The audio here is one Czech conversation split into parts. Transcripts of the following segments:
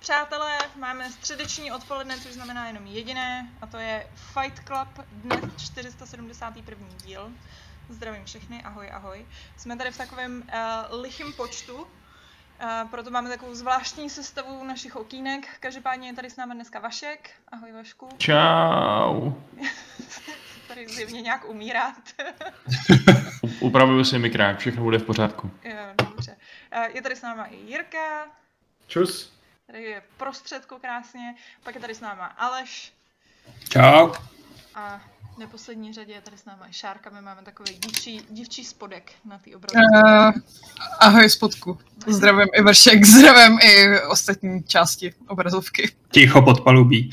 Přátelé, máme středeční odpoledne, což znamená jenom jediné, a to je Fight Club, dnes 471. díl. Zdravím všechny, ahoj, ahoj. Jsme tady v takovém lichým počtu, proto máme takovou zvláštní sestavu našich okýnek. Každopádně je tady s námi dneska Vašek. Ahoj Vašku. Čau. Tady zjevně nějak umírat. Upravuju si mikrák, všechno bude v pořádku. Jo, dobře. Je tady s náma i Jirka. Čus. Tady je v prostředku krásně. Pak je tady s náma Aleš. Čau. A v neposlední řadě je tady s náma i Šárka. My máme takový dívčí spodek na té obrazovce. Ahoj spodku. Zdravím i Vršek, zdravím i ostatní části obrazovky. Ticho pod palubí.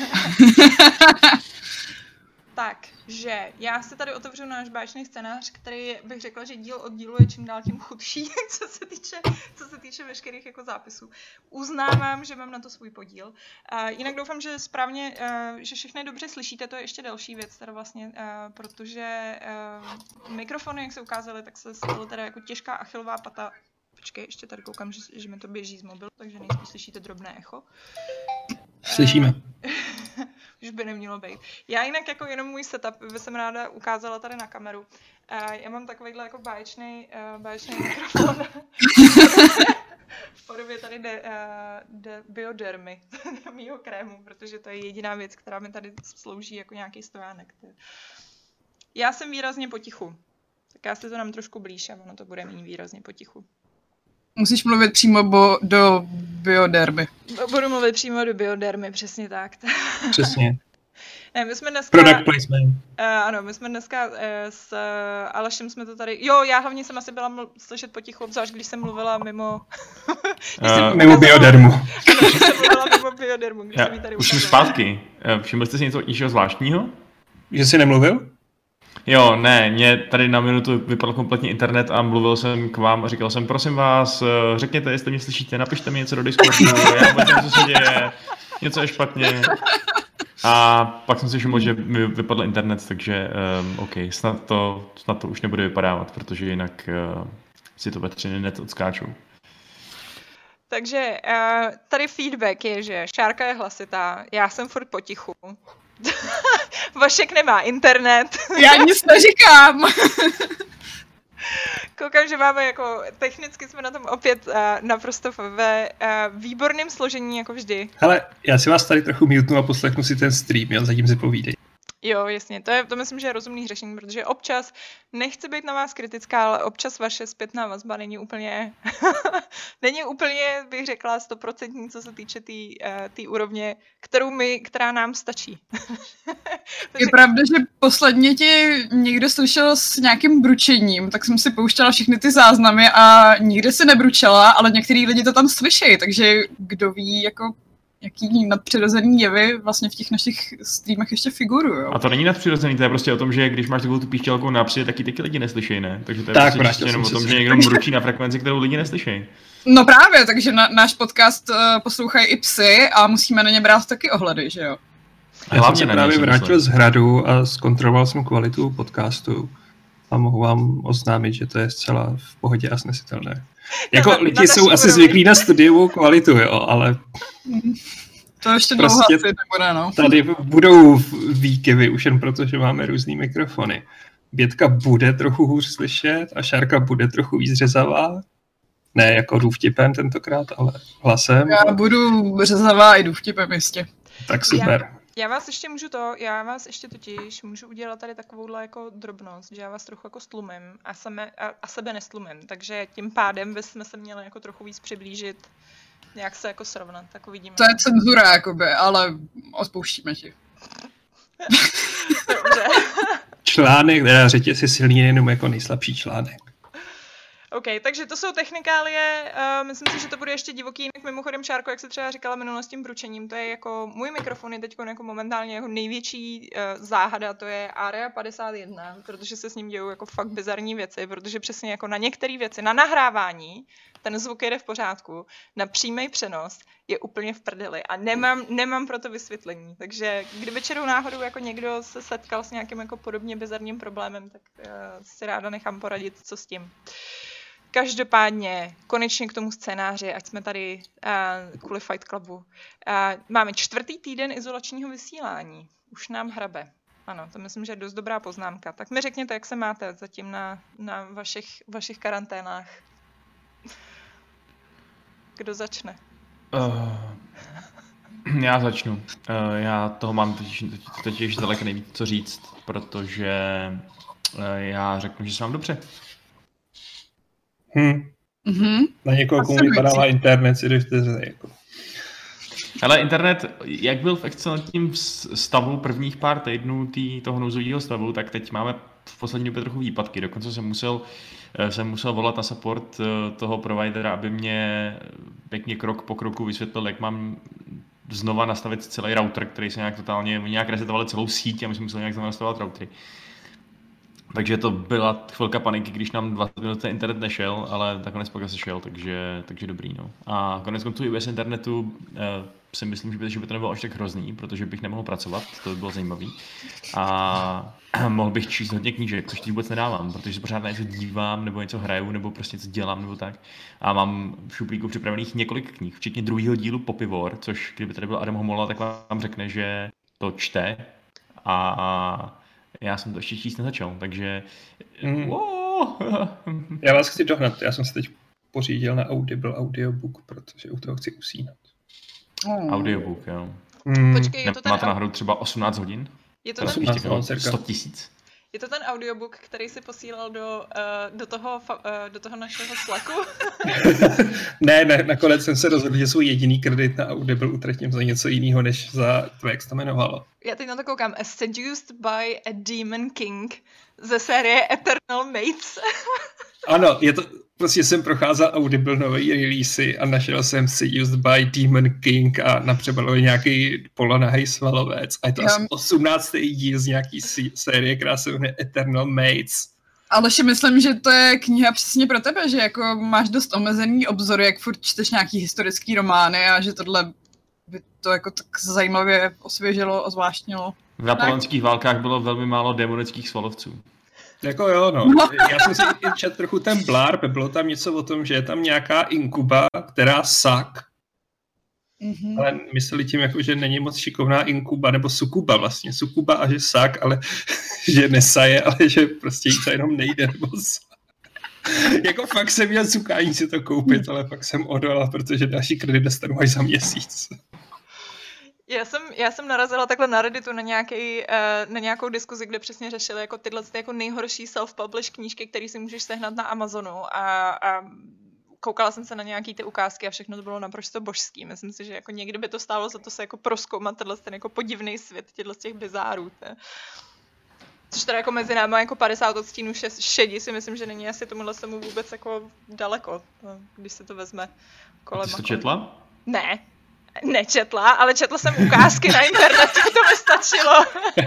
Takže já si tady otevřu náš báječný scénář, který bych řekla, že díl od dílu je čím dál tím chudší, co se týče veškerých jako zápisů. Uznávám, že mám na to svůj podíl. Jinak doufám, že správně, že všechny dobře slyšíte, to je ještě další věc, teda vlastně, protože mikrofony, jak se ukázaly, tak se stalo teda jako těžká achilová pata. Počkej, ještě tady koukám, že mi to běží z mobilu, takže nejspíš slyšíte drobné echo. Slyšíme. Už by nemělo být. Já jinak jako jenom můj setup by jsem ráda ukázala tady na kameru. Já mám takovýhle jako báječný mikrofon v podobě tady biodermy, mýho krému, protože to je jediná věc, která mi tady slouží jako nějaký stojánek. Já jsem výrazně potichu, tak já si to dám trošku blíž a ono to bude mít výrazně potichu. Musíš mluvit přímo do biodermy. Budu mluvit přímo do biodermy, přesně tak. Přesně. Ne, my jsme dneska... Product placement. Ano, my jsme dneska s Alešem jsme to tady... Jo, já hlavně jsem asi byla slyšet potichu, obzvlášť když jsem mluvila mimo... Mimo biodermu. Ano, když jsem mluvila mimo biodermu, když jsem ji tady už jsem zpátky. Všimli jste si něčeho zvláštního? Že jsi nemluvil? Jo, ne, mě tady na minutu vypadl kompletně internet a mluvil jsem k vám a říkal jsem, prosím vás, řekněte, jestli mě slyšíte, napište mi něco do Discordu, já vůbec nevím, co se děje, něco je špatně. A pak jsem si všiml, že mi vypadl internet, takže OK, snad to už nebude vypadávat, protože jinak si to ve 3 net odskáčou. Takže tady feedback je, že Šárka je hlasitá, já jsem furt potichu. Vašek nemá internet. Já nic neříkám. Koukám, že máme jako, technicky jsme na tom opět naprosto ve výborném složení, jako vždy. Hele, já si vás tady trochu mutnu a poslechnu si ten stream, jo, zatím si povídej. Jo, jasně, to myslím, že je rozumný řešení, protože občas, nechci být na vás kritická, ale občas vaše zpětná vazba není úplně, bych řekla, 100%, co se týče té úrovně, která nám stačí. Je pravda, že posledně tě někdo slyšel s nějakým bručením, tak jsem si pouštěla všechny ty záznamy a nikde si nebručela, ale některý lidi to tam slyšejí, takže kdo ví, jako jaký nadpřirozený jevy vlastně v těch našich streamech ještě figurujou. A to není nadpřirozený, to je prostě o tom, že když máš takovou tu píšťalku napřed, taky lidi neslyšejí, ne? Takže to je tak, prostě jenom o tom, že někdo mručí na frekvenci, kterou lidi neslyšejí. No právě, takže náš podcast poslouchají i psy a musíme na ně brát taky ohledy, že jo? Já jsem se právě vrátil z hradu a zkontroloval jsem kvalitu podcastu a mohu vám oznámit, že to je zcela v pohodě a snesitelné. Jako lidi jsou asi zvyklí na studiovou kvalitu, jo, ale... To ještě dlouho asi nebude, no. Tady budou výkyvy už jen proto, že máme různý mikrofony. Bětka bude trochu hůř slyšet a Šárka bude trochu víc řezavá. Ne jako důvtipem tentokrát, ale hlasem. Já budu řezavá i důvtipem jistě. Tak super. Já vás ještě totiž můžu udělat tady takovouhle jako drobnost, že já vás trochu jako stlumím a sebe nestlumím, takže tím pádem bychom se měli jako trochu víc přiblížit, jak se jako srovnat, tak uvidíme. To je cenzura jakoby, ale odpouštíme ti. Dobře. Článek, řetěz je silný jenom jako nejslabší článek. OK, takže to jsou technikálie, myslím si, že to bude ještě divoký, jinak mimochodem Šárko, jak se třeba říkala minule s tím bručením, to je jako, můj mikrofon je teď jako momentálně jako největší záhada, to je Area 51, protože se s ním dějou jako fakt bizarní věci, protože přesně jako na některé věci, na nahrávání, ten zvuk jde v pořádku, na přímý přenos je úplně v prdeli a nemám pro to vysvětlení, takže kdyby čerou náhodou jako někdo se setkal s nějakým jako podobně bizarním problémem, tak si ráda nechám poradit, co s tím. Každopádně, konečně k tomu scénáři, ať jsme tady kvůli Fight Clubu. Máme 4. týden izolačního vysílání. Už nám hrabe. Ano, to myslím, že je dost dobrá poznámka. Tak mi řekněte, jak se máte zatím na vašich karanténách. Kdo začne? Já začnu. Já toho mám totiž daleko nejvíc co říct, protože já řeknu, že se mám dobře. Na někoho, komu vypadává internet, si jdeš jako. Ale internet, jak byl v excelentním stavu prvních pár týdnů toho nouzového stavu, tak teď máme v poslední době trochu výpadky. Dokonce jsem musel volat na support toho providera, aby mě pěkně krok po kroku vysvětlil, jak mám znova nastavit celý router, který se nějak resetovali celou síť a my jsme museli nějak znova nastavovat routery. Takže to byla chvilka paniky, když nám 20 minut ten internet nešel, ale nakonec pak se šel, takže dobrý, no. A konec konců i bez internetu si myslím, že by to nebylo až tak hrozný, protože bych nemohl pracovat, to by bylo zajímavý. A mohl bych číst hodně knížek, což teď vůbec nedávám, protože se pořád na něco dívám, nebo něco hraju, nebo prostě něco dělám, nebo tak. A mám v šuplíku připravených několik knih, včetně 2. dílu Poppy, což kdyby tady byl Adam Homola, tak vám řekne, že to čte a já jsem to ještě číst nezačal, takže... Já vás chci dohnat, já jsem se teď pořídil na Audible audiobook, protože u toho chci usínat. Audiobook, jo. Počkej, je to ten... Máte na hru třeba 18 hodin? Je to ten... 100 000? Je to ten audiobook, který si posílal do toho našeho Slacku? Ne, nakonec jsem se rozhodl, že svůj jediný kredit na Audible utratím za něco jiného, než za to, jak se to jmenovalo. Já teď na to koukám. Seduced by a Demon King ze série Eternal Mates. Ano, je to... Prostě jsem procházel Audible nový releasy a našel jsem Seduced by Demon King a na přebalu nějaký polonahej svalovec. A je to asi 18. díl z nějaký série, která se jmenuje Eternal Mates. Ale si myslím, že to je kniha přesně pro tebe, že jako máš dost omezený obzory, jak furt čteš nějaký historický romány a že tohle by to jako tak zajímavě osvěžilo, ozvláštnilo. V napoleonských válkách bylo velmi málo démonických svalovců. Jako jo, no. Já jsem si i četl trochu ten blurb, bylo tam něco o tom, že je tam nějaká inkuba, která sak. Ale mysleli tím, jako, že není moc šikovná inkuba, nebo sukuba vlastně. Sukuba a že sak, ale že nesaje, ale že prostě jí to jenom nejde. Nebo jako fakt jsem měl cukání si to koupit, ale pak jsem odolala, protože další kredit dostanu až za měsíc. Já jsem narazila takhle na Redditu na nějakou diskuzi, kde přesně řešili jako tyhle jako nejhorší self-publish knížky, které si můžeš sehnat na Amazonu a koukala jsem se na nějaký ty ukázky a všechno to bylo naprosto božský. Myslím si, že jako někdy by to stálo za to se jako prozkoumat ten jako podivný svět z těch bizárů. Což teda jako mezi náma jako 50 odstínů šedi si myslím, že není asi tomuhle tomu vůbec jako daleko, když se to vezme kolem. Ty jsi to četla? Ne. Nečetla, ale četla jsem ukázky na internetu, to mi stačilo.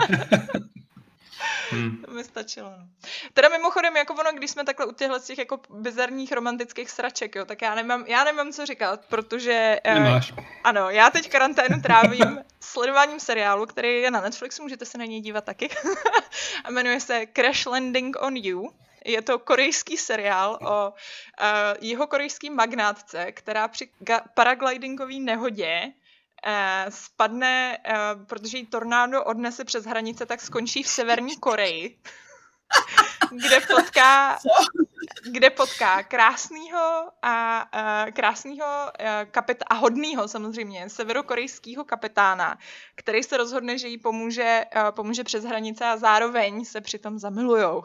To mi stačilo. Teda mimochodem, jako ono, když jsme takhle u těchto těch jako bizarních romantických sraček, jo, tak já nemám co říkat, protože ano, já teď karanténu trávím sledováním seriálu, který je na Netflixu, můžete se na něj dívat taky. A jmenuje se Crash Landing on You. Je to korejský seriál o jihokorejský magnátce, která při paraglidingové nehodě spadne, protože jí tornádo odnese přes hranice, tak skončí v Severní Koreji, kde potká krásnýho a hodnýho samozřejmě severokorejskýho kapitána, který se rozhodne, že jí pomůže přes hranice a zároveň se přitom zamilujou.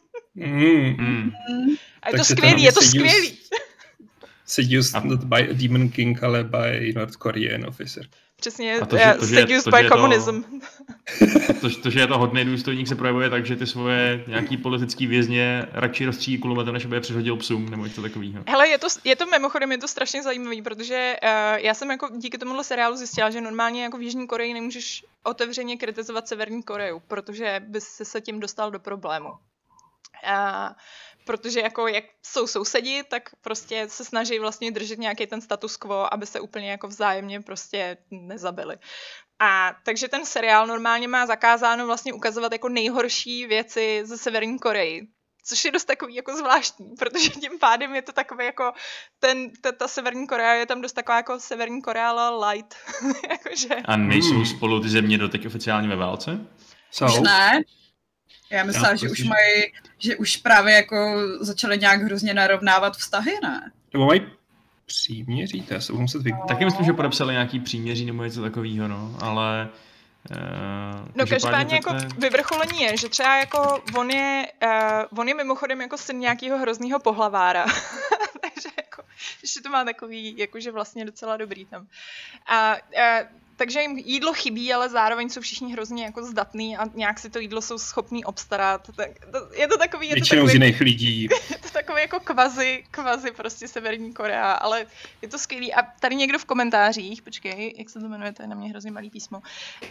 A je to skvělý, Seduced not by a Demon King, ale by North Korean officer. Přesně, seduced by communism. To, že je to hodný důstojník, se projevuje tak, že ty svoje nějaký politický vězně radši rozstřílí kulometem, než aby je přehodil psům, nebo něco takového. Hele, je to mimochodem, je to strašně zajímavý, protože já jsem jako díky tomuhle seriálu zjistila, že normálně jako v Jižní Koreji nemůžeš otevřeně kritizovat Severní Koreu, protože bys se tím dostal do problému. Protože jako jak jsou sousedi, tak prostě se snaží vlastně držet nějaký ten status quo, aby se úplně jako vzájemně prostě nezabili. A takže ten seriál normálně má zakázáno vlastně ukazovat jako nejhorší věci ze Severní Koreji, což je dost takový jako zvláštní, protože tím pádem je to takový jako ta Severní Korea je tam dost taková jako Severní Korea light. Jakože... A nejsou spolu ty země doteď oficiálně ve válce? Už ne. Já myslím, že už mají, že už právě jako začaly nějak hrozně narovnávat vztahy, ne? Nebo mají příměří, to já se budu muset Taky myslím, že podepsali nějaký příměří nebo něco takového, no, ale... No každopádně jako vyvrcholení je, že třeba jako on je mimochodem jako syn nějakého hroznýho pohlavára. Takže jako, ještě to má takový, jakože vlastně docela dobrý tam. Takže jim jídlo chybí, ale zároveň jsou všichni hrozně jako zdatný a nějak si to jídlo jsou schopní obstarat. Je to takový... Většinou z jiných lidí. Je to takový jako kvazi prostě Severní Korea, ale je to skvělý. A tady někdo v komentářích, počkej, jak se to jmenuje, to je na mě hrozně malý písmo.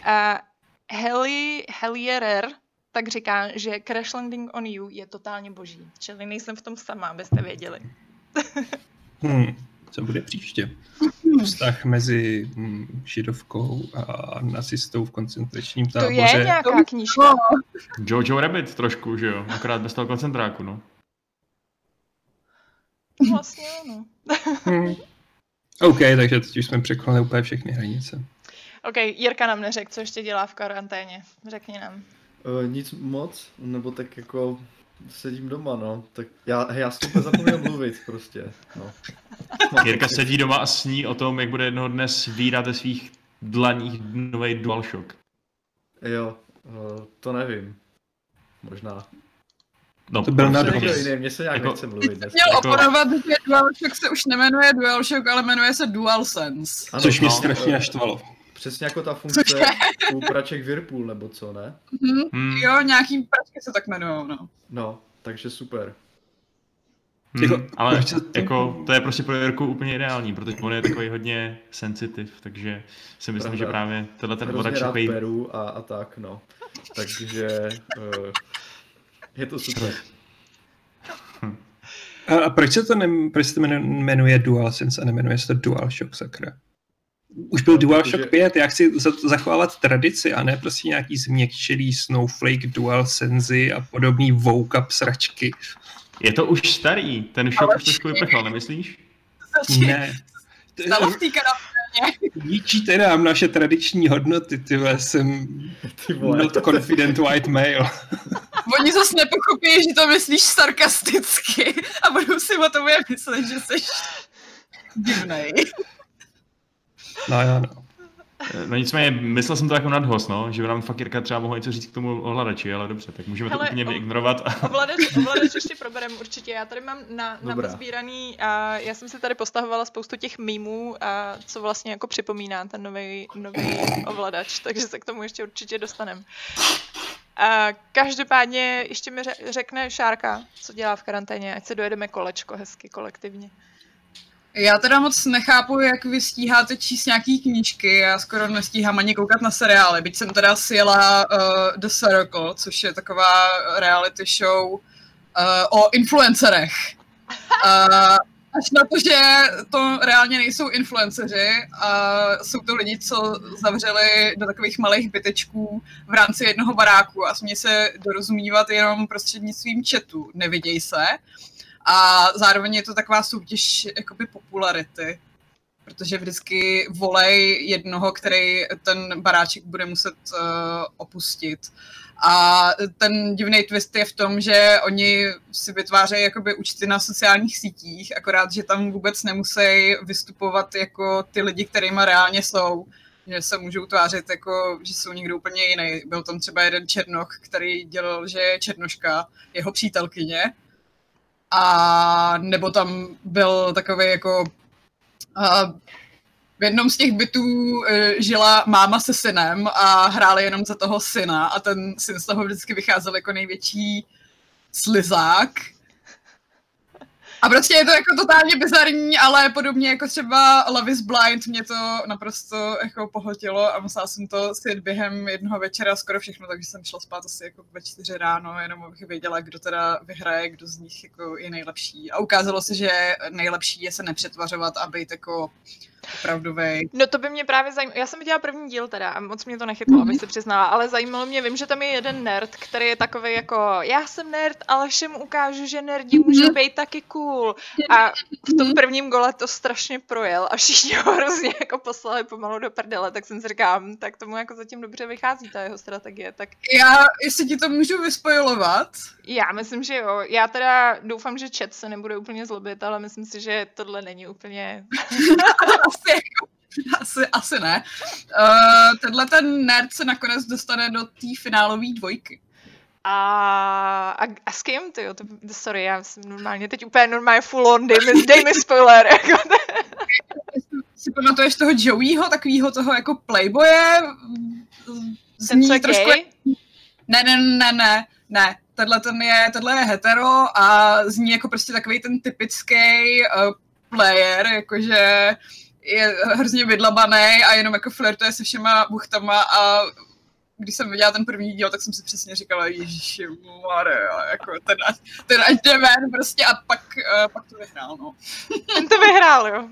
Helierer tak říká, že Crash Landing on You je totálně boží. Čili nejsem v tom sama, abyste věděli. Co bude příště? Vztah mezi židovkou a nacistou v koncentračním táboře. To je nějaká knížka. Jojo Rabbit trošku, že jo? Akorát bez toho koncentráku, no. Vlastně, no. OK, takže teď už jsme překonali úplně všechny hranice. OK, Jirka nám neřekl, co ještě dělá v karanténě. Řekni nám. Nic moc, nebo tak jako... Sedím doma, no. Tak já jsem úplně zapomněl mluvit prostě, no. Jirka sedí doma a sní o tom, jak bude jednoho dne svírat ve svých dlaních nový DualShock. Jo, to nevím. Možná. No, to byl Mně se nějak nechce mluvit. Měl oponovat, že DualShock se už nemenuje DualShock, ale jmenuje se DualSense. Ano, což mě strašně naštvalo. Přesně jako ta funkce u praček Whirlpool, nebo co, ne? Jo, nějaký pračky se tak jmenujou, no. No, takže super. Ale jako, to je prostě pro Jirku úplně ideální, protože on je takový hodně sensitive, takže si myslím, že právě tenhle ten ovladač takový... Peru a tak, no. Takže je to super. A proč se to jmenuje DualSense a nemenuje se to DualShock, sakra? Už byl DualShock 5, já chci zachovávat tradici a ne prostě nějaký změkčilý Snowflake DualSense a podobný woke-up sračky. Je to už starý, ten šok už trošku vyprchal, nemyslíš? Ne. Stalo v té karanténě. Ničíte nám naše tradiční hodnoty, jsem not confident white male. Oni zase nepochopí, že to myslíš sarkasticky a budou si o tobě myslet, že jsi divnej. No jo, no. No nicméně, myslel jsem to jako nadhost, no, že by nám fakt Jirka třeba mohla něco říct k tomu ovladači, ale dobře, tak můžeme to úplně vyignorovat. Ovladač ještě probereme určitě, já tady mám nazbíraný, já jsem si tady postahovala spoustu těch mýmů, co vlastně jako připomíná ten nový ovladač, takže se k tomu ještě určitě dostaneme. Každopádně ještě mi řekne Šárka, co dělá v karanténě, ať se dojedeme kolečko hezky kolektivně. Já teda moc nechápu, jak vy stíháte číst nějaký knížky, já skoro nestíhám ani koukat na seriály, byť jsem teda sjela The Circle, což je taková reality show o influencerech. Až na to, že to reálně nejsou influenceři a jsou to lidi, co zavřeli do takových malých bytečků v rámci jednoho baráku a smějí se dorozumívat jenom prostřednictvím chatu, neviděj se. A zároveň je to taková soutěž jakoby popularity, protože vždycky volej jednoho, který ten baráček bude muset opustit. A ten divný twist je v tom, že oni si vytvářejí jakoby účty na sociálních sítích, akorát, že tam vůbec nemusí vystupovat jako ty lidi, kterýma reálně jsou. Že se můžou tvářit jako, že jsou někdo úplně jiný. Byl tam třeba jeden černoch, který dělal, že je černoška, jeho přítelkyně. A nebo tam byl takový jako v jednom z těch bytů žila máma se synem a hráli jenom za toho syna a ten syn z toho vždycky vycházel jako největší slizák. A prostě je to jako totálně bizarní, ale podobně jako třeba Love is Blind mě to naprosto jako pohltilo a musela jsem to sjet během jednoho večera skoro všechno, takže jsem šla spát asi jako ve 4 ráno, jenom abych věděla, kdo teda vyhraje, kdo z nich jako je nejlepší. A ukázalo se, že nejlepší je se nepřetvařovat a být jako opravdovej. No to by mě právě zajímalo, já jsem viděla první díl teda a moc mě to nechytlo, abych se přiznala, ale zajímalo mě, vím, že tam je jeden nerd, který je takový jako, já jsem nerd, ale všem ukážu, že nerdi můžou být taky cool. A v tom prvním gole to strašně projel a všichni ho hrozně jako poslali pomalu do prdele, tak jsem si říkám, tak tomu jako zatím dobře vychází ta jeho strategie, tak... Já, jestli ti to můžu vyspojovat? Já myslím, že jo. Já teda doufám, že chat se nebude úplně zlobit, ale myslím si, že tohle není úplně... Asi ne. Tenhle ten nerd se nakonec dostane do té finálové dvojky. A s kým, tyjo? Sorry, já jsem normálně teď úplně normálně full on, dej mi spoiler. Jako. Si pamatuješ toho Joeyho, takovýho toho jako playboye? Ten co je trošku... gay? Ne. Tohle je hetero a zní jako prostě takový ten typický player, jakože je hrozně vydlabaný a jenom jako flirtuje se všema buchtama a když jsem viděla ten první díl, tak jsem si přesně říkala, ježišimarja, jako ten až jde ven prostě a pak to vyhrál, no. Ten to vyhrál, jo.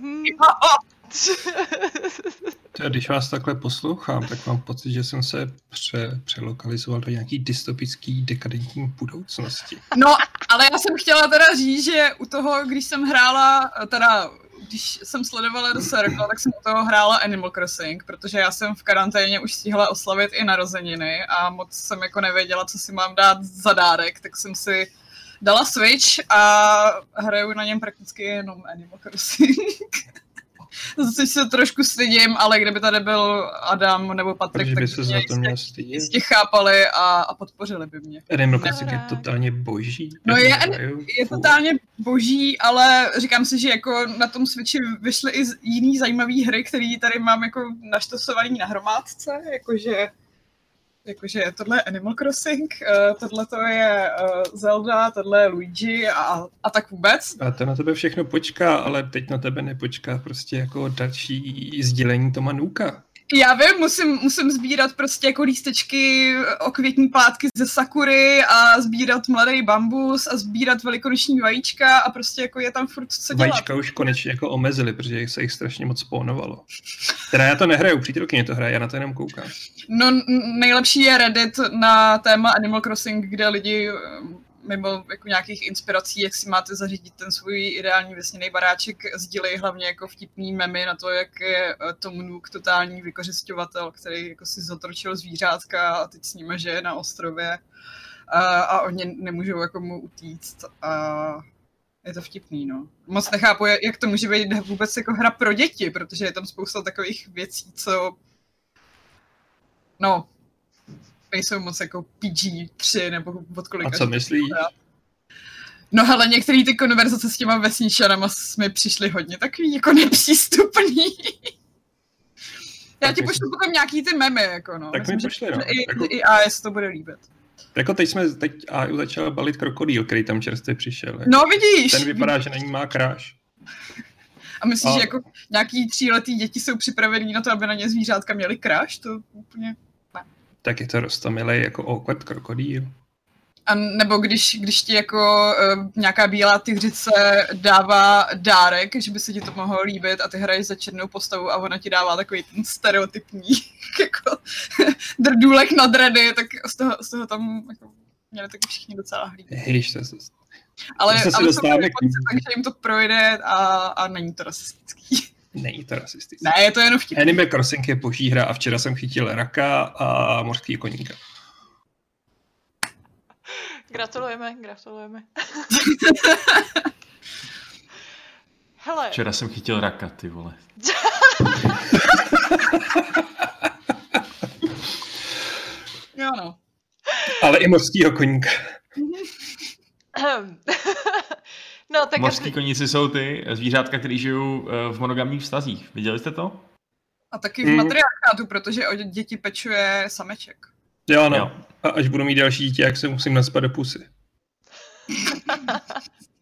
Když vás takhle poslouchám, tak mám pocit, že jsem se přelokalizoval do nějaký dystopický dekadentní budoucnosti. No, ale já jsem chtěla teda říct, že u toho, když jsem hrála, teda když jsem sledovala do Circle, tak jsem u toho hrála Animal Crossing, protože já jsem v karanténě už stihla oslavit i narozeniny a moc jsem jako nevěděla, co si mám dát za dárek, tak jsem si dala Switch a hraju na něm prakticky jenom Animal Crossing. Zase se trošku stydím, ale kdyby tady byl Adam nebo Patrik, tak by se za to měl jistě chápali a podpořili by mě. Animal Crossing je totálně boží. No je totálně boží, ale říkám si, že jako na tom Switchi vyšly i jiný zajímavý hry, které tady mám jako naštosovaný na hromádce, jakože tohle je Animal Crossing, tohle to je Zelda, tohle je Luigi a tak vůbec. A to na tebe všechno počká, ale teď na tebe nepočká prostě jako další sdělení Toma Nooka. Já vím, musím sbírat prostě jako lístečky, okvětní plátky ze sakury a sbírat mladý bambus a sbírat velikonoční vajíčka a prostě jako je tam furt co dělat. Vajíčka už konečně jako omezili, protože se jich strašně moc spawnovalo. Teda já to nehraju, přítelkyně to hraje, já na to jenom koukám. No nejlepší je Reddit na téma Animal Crossing, kde lidi mimo jako nějakých inspirací, jak si máte zařídit ten svůj ideální vesněný baráček, sdílejí hlavně jako vtipný memy na to, jak je Tom Nook totální vykořisťovatel, který jako si zotročil zvířátka a teď s nimi žije na ostrově a oni nemůžou jako mu utíct a je to vtipný, no. Moc nechápu, jak to může být vůbec jako hra pro děti, protože je tam spousta takových věcí, co no nejsou moc jako PG-3 nebo od kolika. A co myslíš? No hele, některé ty konverzace s těma vesničanama mi přišly hodně takový jako nepřístupný. Já ti pošlu potom nějaký ty memy, jako no. Tak myslím, mi pošli, no. I AS to bude líbit. Jako teď AU začal balit krokodýl, který tam čerstvě přišel. No vidíš! Ten vypadá, že na ní má kráš. A myslíš, že jako nějaký 3letý děti jsou připravený na to, aby na ně zvířátka měli kráš? To úplně ne. Tak je to roztomilej jako awkward krokodýl. A nebo když ti jako nějaká bílá tygřice dává dárek, že by se ti to mohlo líbit a ty hraješ za černou postavu a ona ti dává takový ten stereotypní jako drdůlek na dredy, tak z toho tam jako měli taky všichni docela hlídit. Ale jsou konce, takže jim to projde a není to rasistický. Není to rasistický. Ne, je to jenom vtipný. Animal Crossing je boží hra a včera jsem chytil raka a mořský koníka. Gratulujeme. Hele. Včera jsem chytil raka, ty vole. Jo no. Ale i mořskýho koníka. No, tak mořský koníci jsou ty zvířátka, které žijou v monogamních vztazích. Viděli jste to? A taky v matriarchátu, protože o děti pečuje sameček. Jo, no. Jo. A až budu mít další dítě, jak se musím naspat do pusy.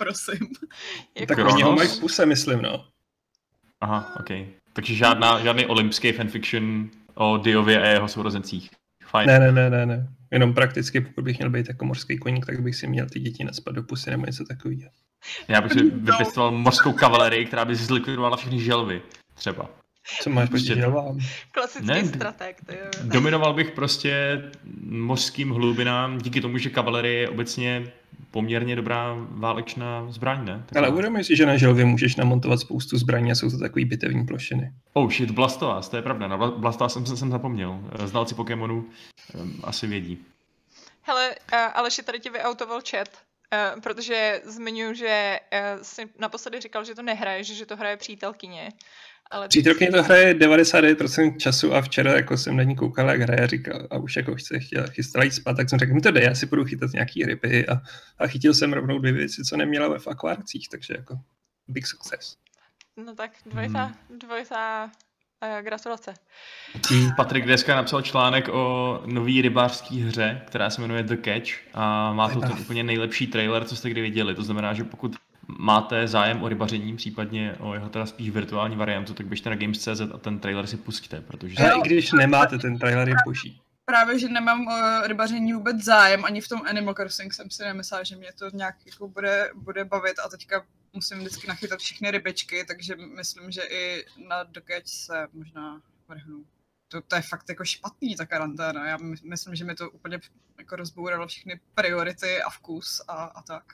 prosím. Tak oni ho mají v puse, myslím, no. Aha, ok. Takže žádný olympský fanfiction o Diovi a jeho sourozencích. Fajn. Ne. Jenom prakticky, pokud bych měl být jako mořský koník, tak bych si měl ty děti naspat do pusy nebo něco takového. Já bych si vypěstoval mořskou kavalerii, která by zlikvidovala všechny želvy, třeba. Co máš proti želvám? Klasický strateg. Dominoval bych prostě mořským hlubinám, díky tomu, že kavalerie je obecně poměrně dobrá válečná zbraň, ne? Ale uvědomuji si, že na želvě můžeš namontovat spoustu zbraní a jsou to takový bitevní plošiny. Oh shit, Blastoise, to je pravda, na Blastoise jsem zapomněl. Znalci Pokémonů asi vědí. Hele, Aleši, tady ti vyautoval chat, protože zmiňuji, že jsi naposledy říkal, že to nehraješ, že to hraje přítelkyně. Ale přítelkyně to hraje 99% času a včera jako jsem na ní koukal, jak hraje, říkal, a už jako chystala jít spát, tak jsem řekl, mi to jde, já si budu chytat nějaký ryby a chytil jsem rovnou 2 věci, co neměla v akvárcích, takže jako big success. No tak dvojitá gratulace. Patrik dneska napsal článek o nový rybářský hře, která se jmenuje The Catch a má to ten úplně nejlepší trailer, co jste kdy viděli. To znamená, že pokud máte zájem o rybaření, případně o jeho teda spíš virtuální variantu, tak běžte na Games.cz a ten trailer si pustíte, protože... I když nemáte, ten trailer je boží. Právě, že nemám o rybaření vůbec zájem, ani v tom Animal Crossing jsem si nemyslela, že mě to nějak jako bude bavit a teďka musím vždycky nachytat všechny rybičky, takže myslím, že i na The Catch se možná vrhnu. To je fakt jako špatný, ta karanténa. Já myslím, že mi to úplně jako rozbouralo všechny priority a vkus a tak.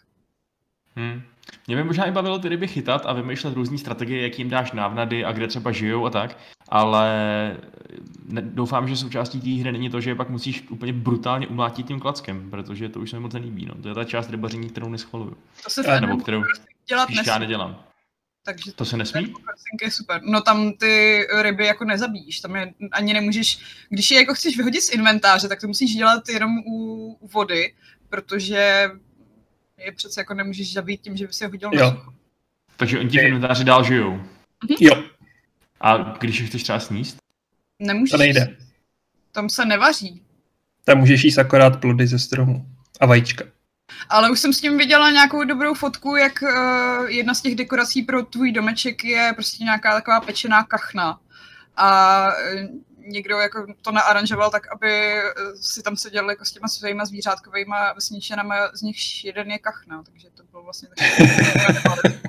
Mě by možná i bavilo ty ryby chytat a vymýšlet různý strategie, jak jim dáš návnady a kde třeba žijou a tak, ale doufám, že součástí té hry není to, že je pak musíš úplně brutálně umlátit tím klackem, protože to už se mi moc nelíbí. No. To je ta část rybaření, kterou neschvaluju. To se nebo kterou dělat spíš já nedělám. Takže to se nesmí? Je super. No tam ty ryby jako nezabíjíš, tam je ani nemůžeš, když je jako chceš vyhodit z inventáře, tak to musíš dělat jenom u vody, protože je přece jako nemůžeš zabít tím, že by si je hodil na sucho. Takže oni ti v inventáři dál žijou? Jo. A když je chceš třeba sníst? Nemůžeš. To nejde. Tam se nevaří. Tam můžeš jíst akorát plody ze stromu a vajíčka. Ale už jsem s tím viděla nějakou dobrou fotku, jak jedna z těch dekorací pro tvůj domeček je prostě nějaká taková pečená kachna. A někdo jako to naaranžoval tak, aby si tam seděl jako s těma svýma zvířátkovýma vesničenama, z nichž jeden je kachna, takže to bylo vlastně takový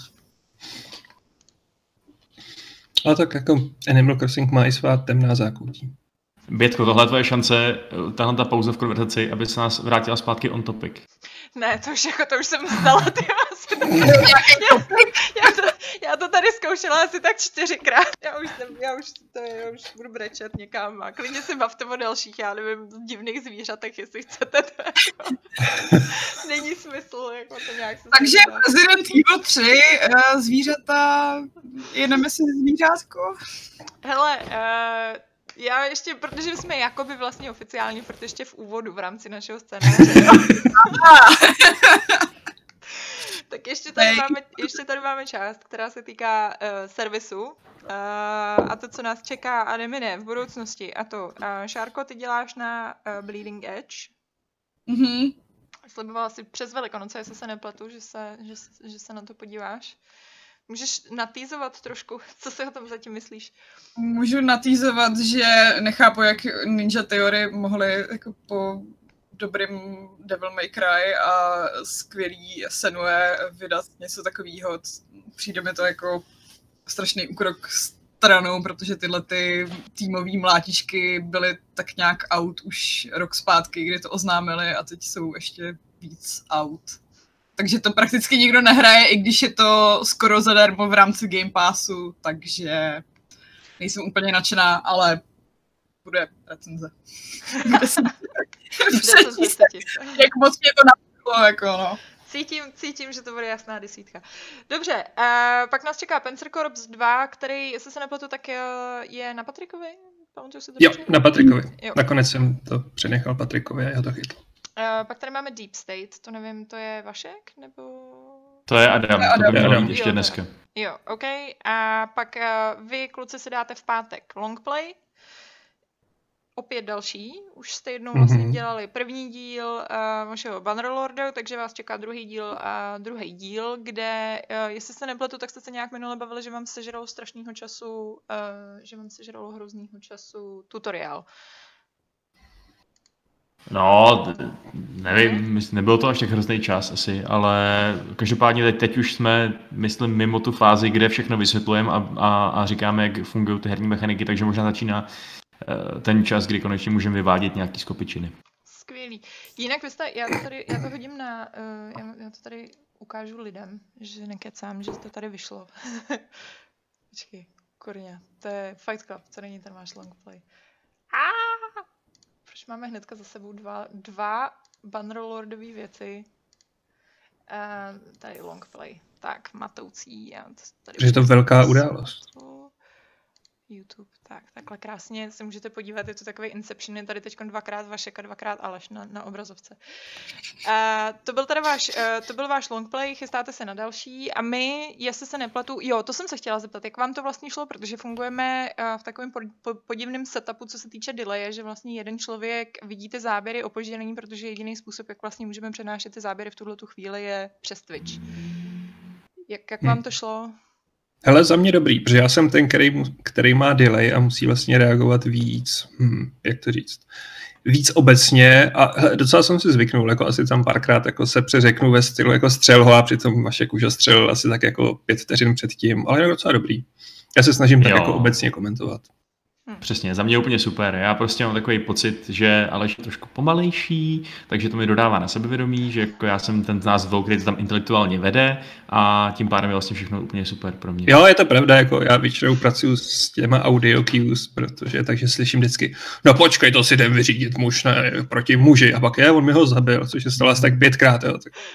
Ale tak jako Animal Crossing má i svá temná zákoutí. Bětko, tohle je tvoje šance, tahle ta pauza v konverzaci, aby se nás vrátila zpátky on topic. Ne, to už jsem vzdala, ty asi já to tady zkoušela asi tak 4krát. Já už budu brečet někam a klidně si bavte o dalších, já nevím, divných zvířatech, jestli chcete. To jako, není smysl, jako to nějak se takže Resident Evil 3, zvířata, jedeme si zvířátko? Hele, já ještě, protože jsme jakoby vlastně oficiálně, protože ještě v úvodu v rámci našeho scénáře. Tak ještě tady máme část, která se týká servisu a to, co nás čeká Anemine v budoucnosti. A to, Šárko, ty děláš na Bleeding Edge. Slibovala si přes Velikonoce, jestli se nepletu, že se na to podíváš. Můžeš natýzovat trošku, co si o tom zatím myslíš? Můžu natýzovat, že nechápu, jak Ninja Theory mohli jako po dobrým Devil May Cry a skvělý Senue vydat něco takového. Přijde mi to jako strašný úkrok stranou, protože tyhle ty týmový mlátičky byly tak nějak out už rok zpátky, kdy to oznámili a teď jsou ještě víc out. Takže to prakticky nikdo nehraje, i když je to skoro zadarmo v rámci Game Passu, takže nejsem úplně nadšená, ale bude recenze. Jak moc mě to napadlo, jako no. Cítím, že to bude jasná desítka. Dobře, pak nás čeká Panzer Corps 2, který, jestli se nepletu, tak je na Patrikovi? Jo, na Patrikovi. Jo. Nakonec jsem to přenechal Patrikovi a já to chytl. Pak tady máme Deep State, to nevím, to je Vašek, nebo... To je Adam, to by mělo být ještě dneska. Jo, OK. A pak vy, kluci, si dáte v pátek Longplay. opět další. Už jste jednou vlastně dělali první díl vašeho Bannerlordu, takže vás čeká druhý díl a druhý díl, kde, jestli se nepletu, tak jste se nějak minule bavili, že vám sežralo strašného času, hroznýho času tutoriál. No, nevím, nebyl to až tak hrozný čas asi, ale každopádně teď už jsme, myslím, mimo tu fázi, kde všechno vysvětlujeme a říkáme, jak fungují ty herní mechaniky, takže možná začíná ten čas, kdy konečně můžeme vyvádět nějaký skopičiny. Skvělý. Jinak já to hodím na, já to tady ukážu lidem, že nekecám, že to tady vyšlo. Počkej, kurňa, to je Fight Club, to není ten váš longplay. Proč máme hnedka za sebou dva Bannerlordové věci? Tady longplay. Tak, matoucí. Je to velká událost. YouTube, tak, takhle krásně se můžete podívat, je to takový Inception, je tady teď dvakrát Vašek a dvakrát Aleš na obrazovce. To byl váš longplay, chystáte se na další a my, jestli se nepletu, to jsem se chtěla zeptat, jak vám to vlastně šlo, protože fungujeme v takovém podivném setupu, co se týče delaye, že vlastně jeden člověk vidí ty záběry opožděný, protože jediný způsob, jak vlastně můžeme přenášet ty záběry v tuhletu chvíli je přes Twitch. Jak vám to šlo? Hele, za mě dobrý, protože já jsem ten, který má delay a musí vlastně reagovat víc, jak to říct, víc obecně a docela jsem si zvyknul, jako asi tam párkrát jako se přeřeknu ve stylu jako střel ho a přitom Vašek už ho střelil asi tak jako 5 vteřin předtím, ale je docela dobrý. Já se snažím tak jako obecně komentovat. Přesně, za mě je úplně super. Já prostě mám takový pocit, že Aleš je trošku pomalejší, takže to mi dodává na sebevědomí, že jako já jsem ten z nás dvou, který to tam intelektuálně vede a tím pádem je vlastně všechno úplně super pro mě. Jo, je to pravda, jako já většinou pracuji s těma audio cues, takže slyším vždycky, no počkej, to si jdem vyřídit muž proti muži a pak on mi ho zabil, což je stalo asi tak 5krát, jo. Tak.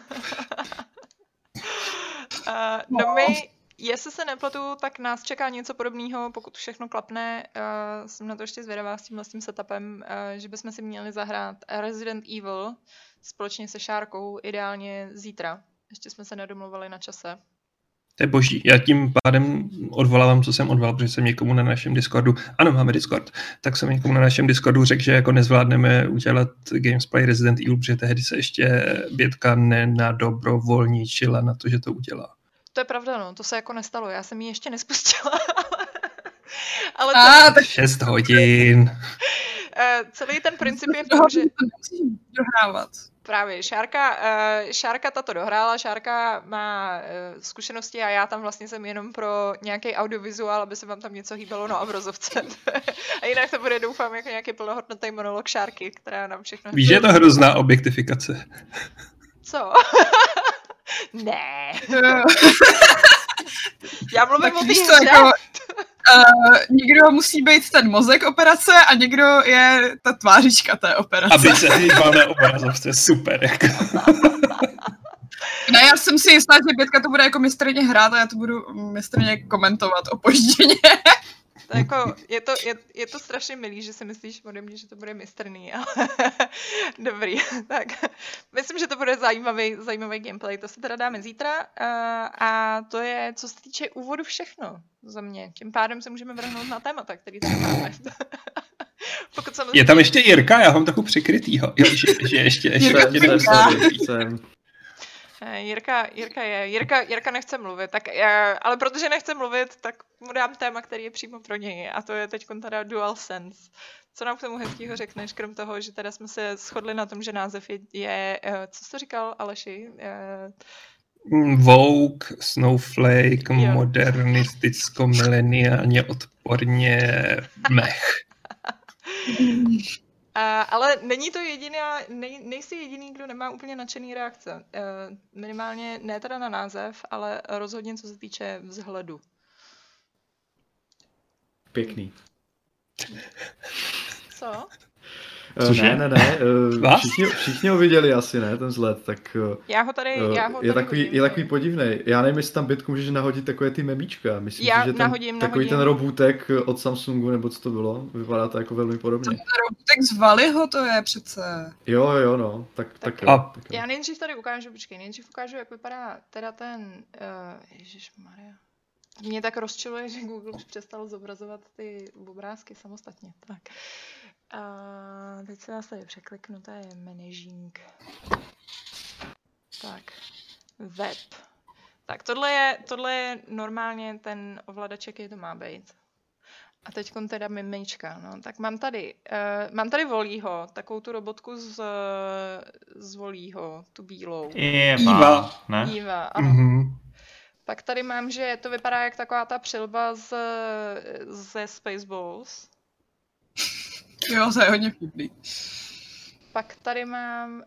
Jestli se nepletu, tak nás čeká něco podobného, pokud všechno klapne. Jsem na to ještě zvědavá s tím setupem, že bychom si měli zahrát Resident Evil společně se Šárkou, ideálně zítra. Ještě jsme se nedomluvili na čase. To je boží. Já tím pádem odvolávám, co jsem odvolal, protože jsem někomu na našem Discordu, ano, máme Discord, tak jsem někomu na našem Discordu řekl, že jako nezvládneme udělat Gamesplay Resident Evil, protože tehdy se ještě Bětka nenadobrovolničila na to, že to udělá. To je pravda, no, to se jako nestalo, já jsem ji ještě nespustila. Ale tak 6 hodin. Celý ten princip je v tom, že... dohrávat. Právě, Šárka tato dohrála, Šárka má zkušenosti a já tam vlastně jsem jenom pro nějaký audiovizuál, aby se vám tam něco hýbalo na obrazovce. A jinak to bude, doufám, jako nějaký plnohodnotný monolog Šárky, která nám všechno... Víš, že je to hrozná objektifikace. Co? Ne. Já mluvím o té hře. Někdo musí být ten mozek operace a někdo je ta tvářička té operace. Aby se hýbal na obrazovce, super. Jako. Ne, já jsem si jistá, že Bětka to bude jako mistrně hrát a já to budu mistrně komentovat opožděně. To jako, je to strašně milý, že si myslíš ode mě, že to bude mistrný, ale dobrý. Tak, myslím, že to bude zajímavý gameplay. To se teda dáme zítra a to je, co se týče úvodu, všechno za mě. Tím pádem se můžeme vrhnout na témata, který tady máme. Je tam ještě Jirka, já mám trochu přikrytýho. Že ještě Jirka nechce mluvit, ale protože nechce mluvit, tak mu dám téma, který je přímo pro něj a to je teď teda DualSense. Co nám k tomu hezkýho řekneš, krom toho, že teda jsme se shodli na tom, že název je co jsi to říkal, Aleši? Vogue, Snowflake, modernisticko-mileniálně odporně mech. Ale není to nejsi jediný, kdo nemá úplně nadšený reakce. Minimálně ne teda na název, ale rozhodně co se týče vzhledu. Pěkný. Co? Ne. Všichni ho viděli asi, ne, ten vzhled, tak je takový podivnej. Já nevím, jestli tam Bětku můžeš nahodit takové ty memíčka. Myslím, že tam takový ten robůtek od Samsungu, nebo co to bylo, vypadá to jako velmi podobně. Ten robůtek z Valiho to je přece. Jo, no, tak jo. Já nejdřív tady ukážu, jak vypadá teda ten, ježišmarja. Mě tak rozčiluje, že Google už přestal zobrazovat ty obrázky samostatně. Tak. Teď se vás tady překliknu, to je managing. Tak, web. Tak tohle je normálně ten ovladač, jaký to má být. A teď teda mimička, no. Tak mám tady Volího, takovou tu robotku z Volího, tu bílou. Eva, ne? Eva, ano. Mm-hmm. Pak tady mám, že to vypadá jak taková ta přilba ze Spaceballs. Jo, to je hodně vtipný. Pak tady mám...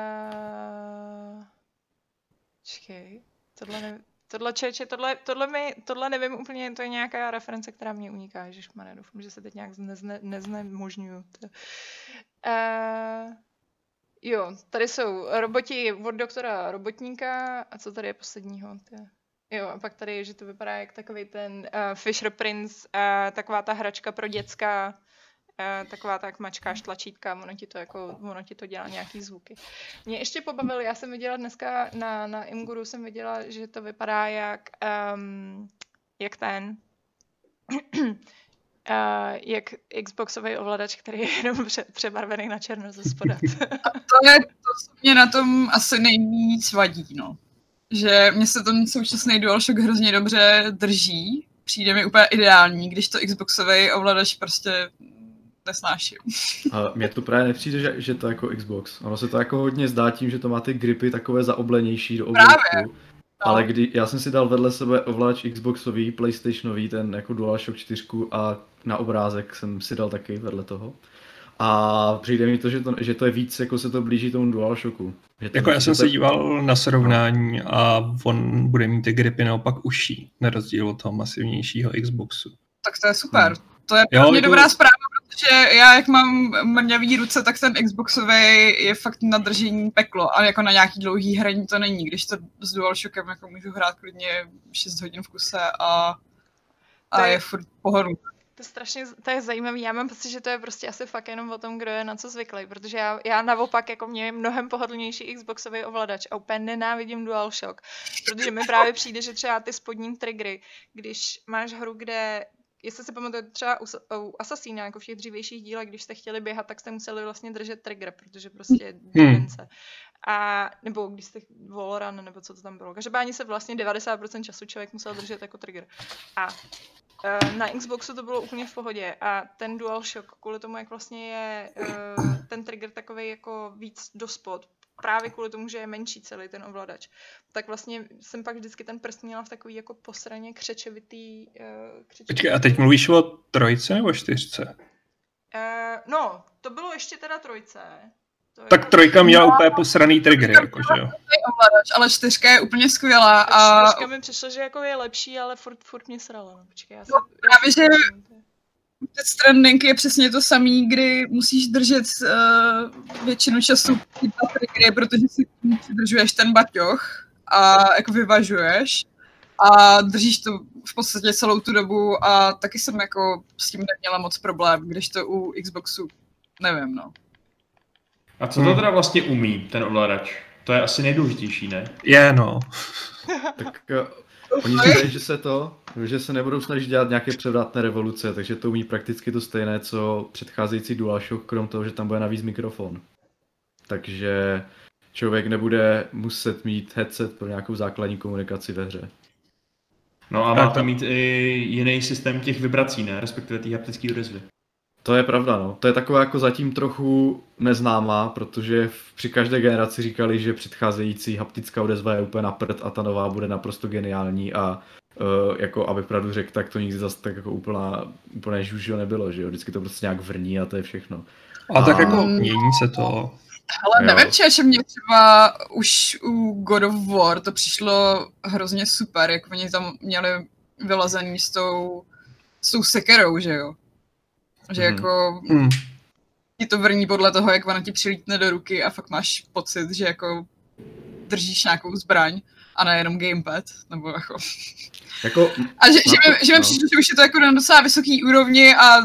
Čekej, tohle nevím úplně, to je nějaká reference, která mě uniká, ježišmarja, doufám, že se teď nějak neznemožňuju. Jo, tady jsou roboti od doktora Robotníka, a co tady je posledního? Jo, a pak tady je, že to vypadá jak takový ten Fisher Prince, taková ta hračka pro děcka, taková tak mačkáš tlačítka, ono ti to dělá nějaký zvuky. Mě ještě pobavilo, já jsem viděla dneska na Imguru, jsem viděla, že to vypadá jak ten jak Xboxový ovladač, který je jenom přebarvený na černo ze spoda. A to je to, co mě na tom asi nejvíc vadí, no. Že mě se ten současný DualShock hrozně dobře drží, přijde mi úplně ideální, když to Xboxový ovladač prostě nesnáším. A mně to právě nepřijde, že to jako Xbox. Ono se to jako hodně zdá tím, že to má ty gripy takové zaoblenější do oblečku. Právě. No. Ale já jsem si dal vedle sebe ovladač Xboxový, PlayStationový, ten jako DualShock 4 a na obrázek jsem si dal taky vedle toho. A přijde mi to, že to je víc, jako se to blíží tomu DualShocku. Jako já jsem se díval na srovnání a on bude mít ty gripy naopak užší, na rozdíl od toho masivnějšího Xboxu. Tak to je super. To je pro mě dobrá zpráva, protože já, jak mám mrňavý ruce, tak ten Xboxový je fakt na držení peklo a jako na nějaký dlouhý hraní to není, když to s DualShockem jako můžu hrát klidně 6 hodin v kuse a je furt pohodlný. To je zajímavý, já mám pocit, že to je prostě asi fakt jenom o tom, kdo je na co zvyklý, protože já naopak jako mě je mnohem pohodlnější Xboxový ovladač a úplně nenávidím DualShock, protože mi právě přijde, že třeba ty spodní triggery, když máš hru, kde, jestli si pamatujete třeba u Assassina, jako v těch dřívějších dílech, když jste chtěli běhat, tak jste museli vlastně držet trigger, protože prostě dívence. A nebo když jste Wallrun, nebo co to tam bylo. Každopádně se vlastně 90% času člověk musel držet jako trigger. A na Xboxu to bylo úplně v pohodě a ten DualShock, kvůli tomu, jak vlastně je ten trigger takovej jako víc do spod, právě kvůli tomu, že je menší celý ten ovladač, tak vlastně jsem pak vždycky ten prst měla v takový jako posraně křečevitý... Počkej, a teď mluvíš o 3 nebo 4? No, to bylo ještě teda 3. Tak 3 měla úplně posraný trigger, jakože jo. Ovladač, ale 4 je úplně skvělá. A 4 mi přišlo, že jako je lepší, ale furt mě srala. No. Počkej, právě, že Death Stranding je přesně to samý, kdy musíš držet většinu času na triggery, protože si přidržuješ ten baťoch a jako vyvažuješ a držíš to v podstatě celou tu dobu a taky jsem jako s tím neměla moc problém, když to u Xboxu nevím, no. A co to teda vlastně umí, ten ovladač? To je asi nejdůležitější, ne? Je, no. Tak oni říkají, že se nebudou snažit dělat nějaké převratné revoluce, takže to umí prakticky to stejné, co předcházející DualShock, krom toho, že tam bude navíc mikrofon. Takže člověk nebude muset mít headset pro nějakou základní komunikaci ve hře. No a má to mít i jiný systém těch vibrací, ne? Respektive těch haptických odezvy. To je pravda, no. To je taková jako zatím trochu neznámá, protože při každé generaci říkali, že předcházející haptická odezva je úplně na prd a ta nová bude naprosto geniální a jako aby pravdu řekl, tak to nikdy zase tak jako úplné žužo nebylo, že jo. Vždycky to prostě nějak vrní a to je všechno. A tak jako mění se to. Ale nevím, že mě třeba už u God of War to přišlo hrozně super, jak oni tam měli vylazený s tou sekerou, že jo. Že jako ti to vrní podle toho, jak ona ti přilítne do ruky a fakt máš pocit, že jako držíš nějakou zbraň a nejenom gamepad, nebo jako... A že mi přišlo, že už je to jako na docela vysoký úrovni a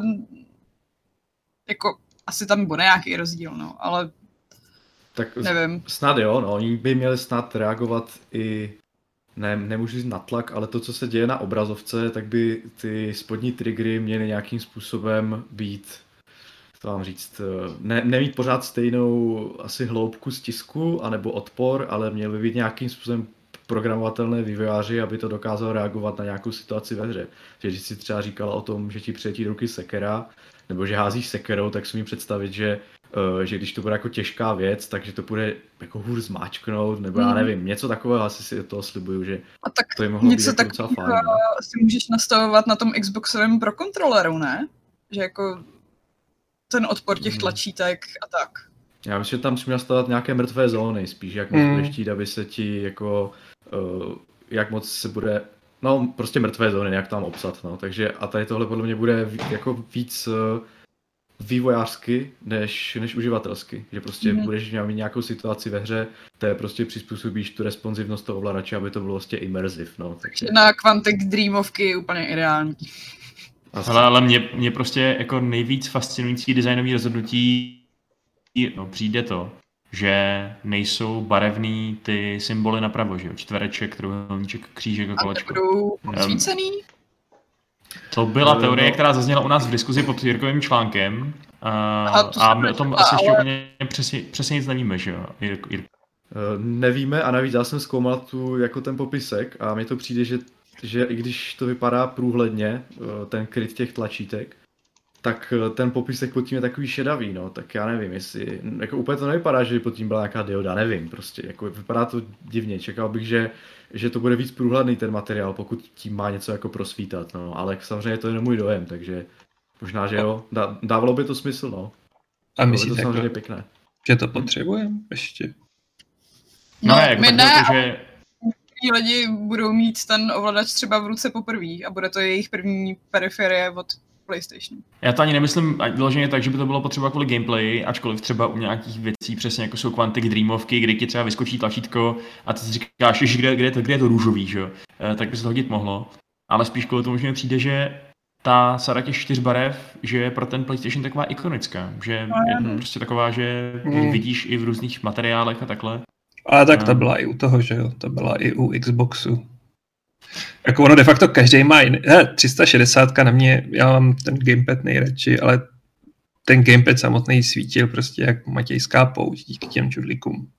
jako asi tam bude nějaký rozdíl, no, ale tak nevím. Snad jo, no, oni by měli snad reagovat i, nemůžu říct na tlak, ale to, co se děje na obrazovce, tak by ty spodní triggery měly nějakým způsobem být to mám říct, nemít pořád stejnou asi hloubku stisku anebo odpor, ale měl by být nějakým způsobem programovatelné vývojáři, aby to dokázalo reagovat na nějakou situaci ve hře. Že když si třeba říkala o tom, že ti přijetí do ruky sekera, nebo že házíš sekerou, tak si mi představit, že když to bude jako těžká věc, takže to bude jako hůř zmáčknout, nebo já nevím, něco takového asi si toho slibuju, že a tak to je mohlo něco být jako docela fajn. Si můžeš nastavovat na tom Xboxovém pro kontroleru, ne? Že jako ten odpor těch tlačítek a tak. Já myslím, že tam musím nastavovat nějaké mrtvé zóny, spíš jak moc budeš chtít, aby se ti jako, jak moc se bude, no prostě mrtvé zóny, jak tam obsat, no, takže a tady tohle podle mě bude jako víc vývojářsky, než uživatelsky, že prostě budeš mít nějakou situaci ve hře, té prostě přizpůsobíš tu responsivnost toho ovladače, aby to bylo prostě immersive, no. Takže na Quantic Dreamovky úplně ideální. Ale mě prostě jako nejvíc fascinující designový rozhodnutí přijde to, že nejsou barevný ty symboly napravo, že jo? Čtvereček, trojúhelníček, křížek a kolečko. A budou osvícený? To byla teorie, která zazněla u nás v diskuzi pod Jirkovým článkem. A my o tom asi ještě úplně přesně nic nevíme, že jo? Nevíme a navíc já jsem zkoumal jako ten popisek a mně to přijde, že i když to vypadá průhledně, ten kryt těch tlačítek, tak ten popisek pod tím je takový šedavý, no, tak já nevím, jestli, jako úplně to nevypadá, že pod tím byla nějaká dioda, nevím, prostě, jako vypadá to divně, čekal bych, že to bude víc průhledný ten materiál, pokud tím má něco jako prosvítat, no, ale samozřejmě to je jenom můj dojem, takže možná, že jo, dávalo by to smysl, no. A myslíte, to samozřejmě pěkné. Že to potřebujeme ještě? No, my ne, že lidi budou mít ten ovladač třeba v ruce poprvé a bude to jejich první periferie od PlayStation. Já to ani nemyslím vyloženě tak, že by to bylo potřeba kvůli gameplay, ačkoliv třeba u nějakých věcí přesně jako jsou Quantic Dreamovky, kdy ti třeba vyskočí tlačítko a ty si říkáš, že kde je to růžový, že jo? Tak by se to hodit mohlo. Ale spíš kvůli tomu, že mi přijde, že ta sada těch 4 barev, že je pro ten PlayStation taková ikonická, že je prostě taková, že vidíš i v různých materiálech a takhle. Ale tak to byla i u toho, že jo? To byla i u Xboxu. Jako ono de facto každý má jiný. 360 na mě, já mám ten gamepad nejradši, ale ten gamepad samotný svítil prostě jak matějská pouť díky těm čudlíkům.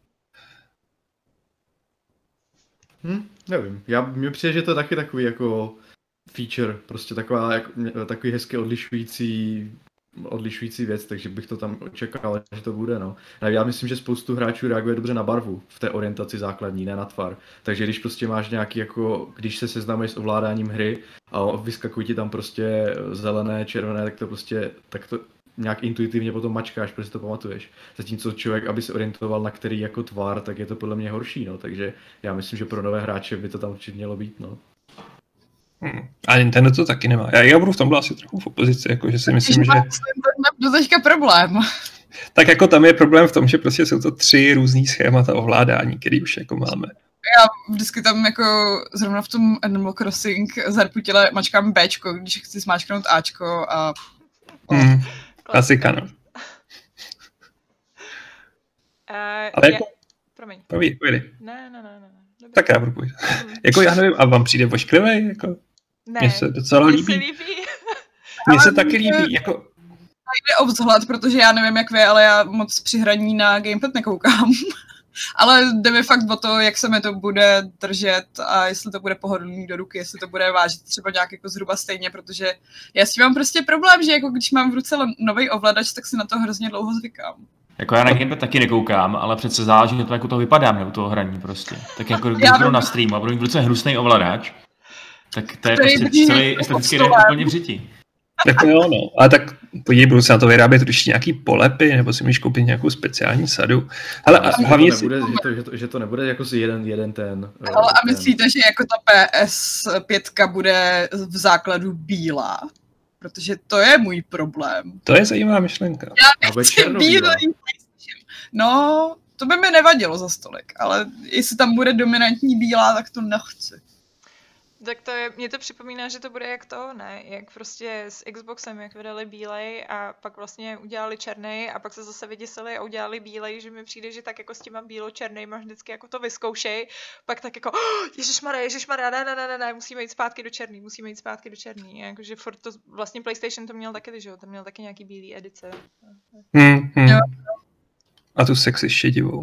Nevím, mně přijde, že to je taky takový jako feature, prostě takový hezky odlišující věc, takže bych to tam očekal, že to bude, no. Já myslím, že spoustu hráčů reaguje dobře na barvu v té orientaci základní, ne na tvar. Takže když prostě máš nějaký jako, když se seznámíš s ovládáním hry a vyskakují ti tam prostě zelené, červené, tak to nějak intuitivně potom mačkáš, protože to pamatuješ. Zatímco člověk, aby se orientoval na který jako tvar, tak je to podle mě horší, no. Takže já myslím, že pro nové hráče by to tam určitě mělo být, no. A Nintendo to taky nemá. Já budu v tomhle asi trochu v opozici, jako, že si myslím, že... To je teďka problém. Tak jako tam je problém v tom, že prostě jsou to 3 různý schémata ovládání, který už jako máme. Já vždycky tam jako zrovna v tom Animal Crossing zarputile mačkám Bčko, když chci smáčknout Ačko a... Klasika, no. Ale jako... Promiň. Povídej. Ne. Dobrý. Tak já budu povídat. Jako já nevím, a vám přijde vošklivej? Jako... Ne. Mně se docela líbí. Mně se taky líbí, jako... Jde o vzhled, protože já nevím jak vy, ale já moc při hraní na gamepad nekoukám. Ale jde mi fakt o to, jak se mi to bude držet a jestli to bude pohodlný do ruky, jestli to bude vážit třeba nějak jako zhruba stejně, protože já s tím mám prostě problém, že jako když mám v ruce nový ovladač, tak si na to hrozně dlouho zvykám. Jako já na gamepad taky nekoukám, ale přece záleží na to, jak u toho vypadám, u toho hraní prostě. Tak jako když budu na streamu a budu mít v ruce hnusný ovladač, tak to je prostě celý estetický úplně v řiti. Tak jo, no. Ale tak podívej, budu se na to vyrábět určitě nějaký polepy, nebo si můžeš koupit nějakou speciální sadu. Ale a hlavně že to nebude jako si jeden ten... Ale a myslíte, že jako ta PS5 bude v základu bílá? Protože to je můj problém. To je zajímavá myšlenka. Já nechci bílý. No, to by mi nevadilo za stolik, ale jestli tam bude dominantní bílá, tak to nechci. Tak to je, mě to připomíná, že to bude jak to, ne? Jak prostě s Xboxem, jak vydali bílej a pak vlastně udělali černej a pak se zase vyděsili a udělali bílej, že mi přijde, že tak jako s těma bílo-černejma vždycky jako to vyzkoušej, pak tak jako ježišmarja, ne, musíme jít zpátky do černý. Jakože furt to, vlastně PlayStation to měl taky, že jo? Ten měl taky nějaký bílý edice. A tu sexy šedivou.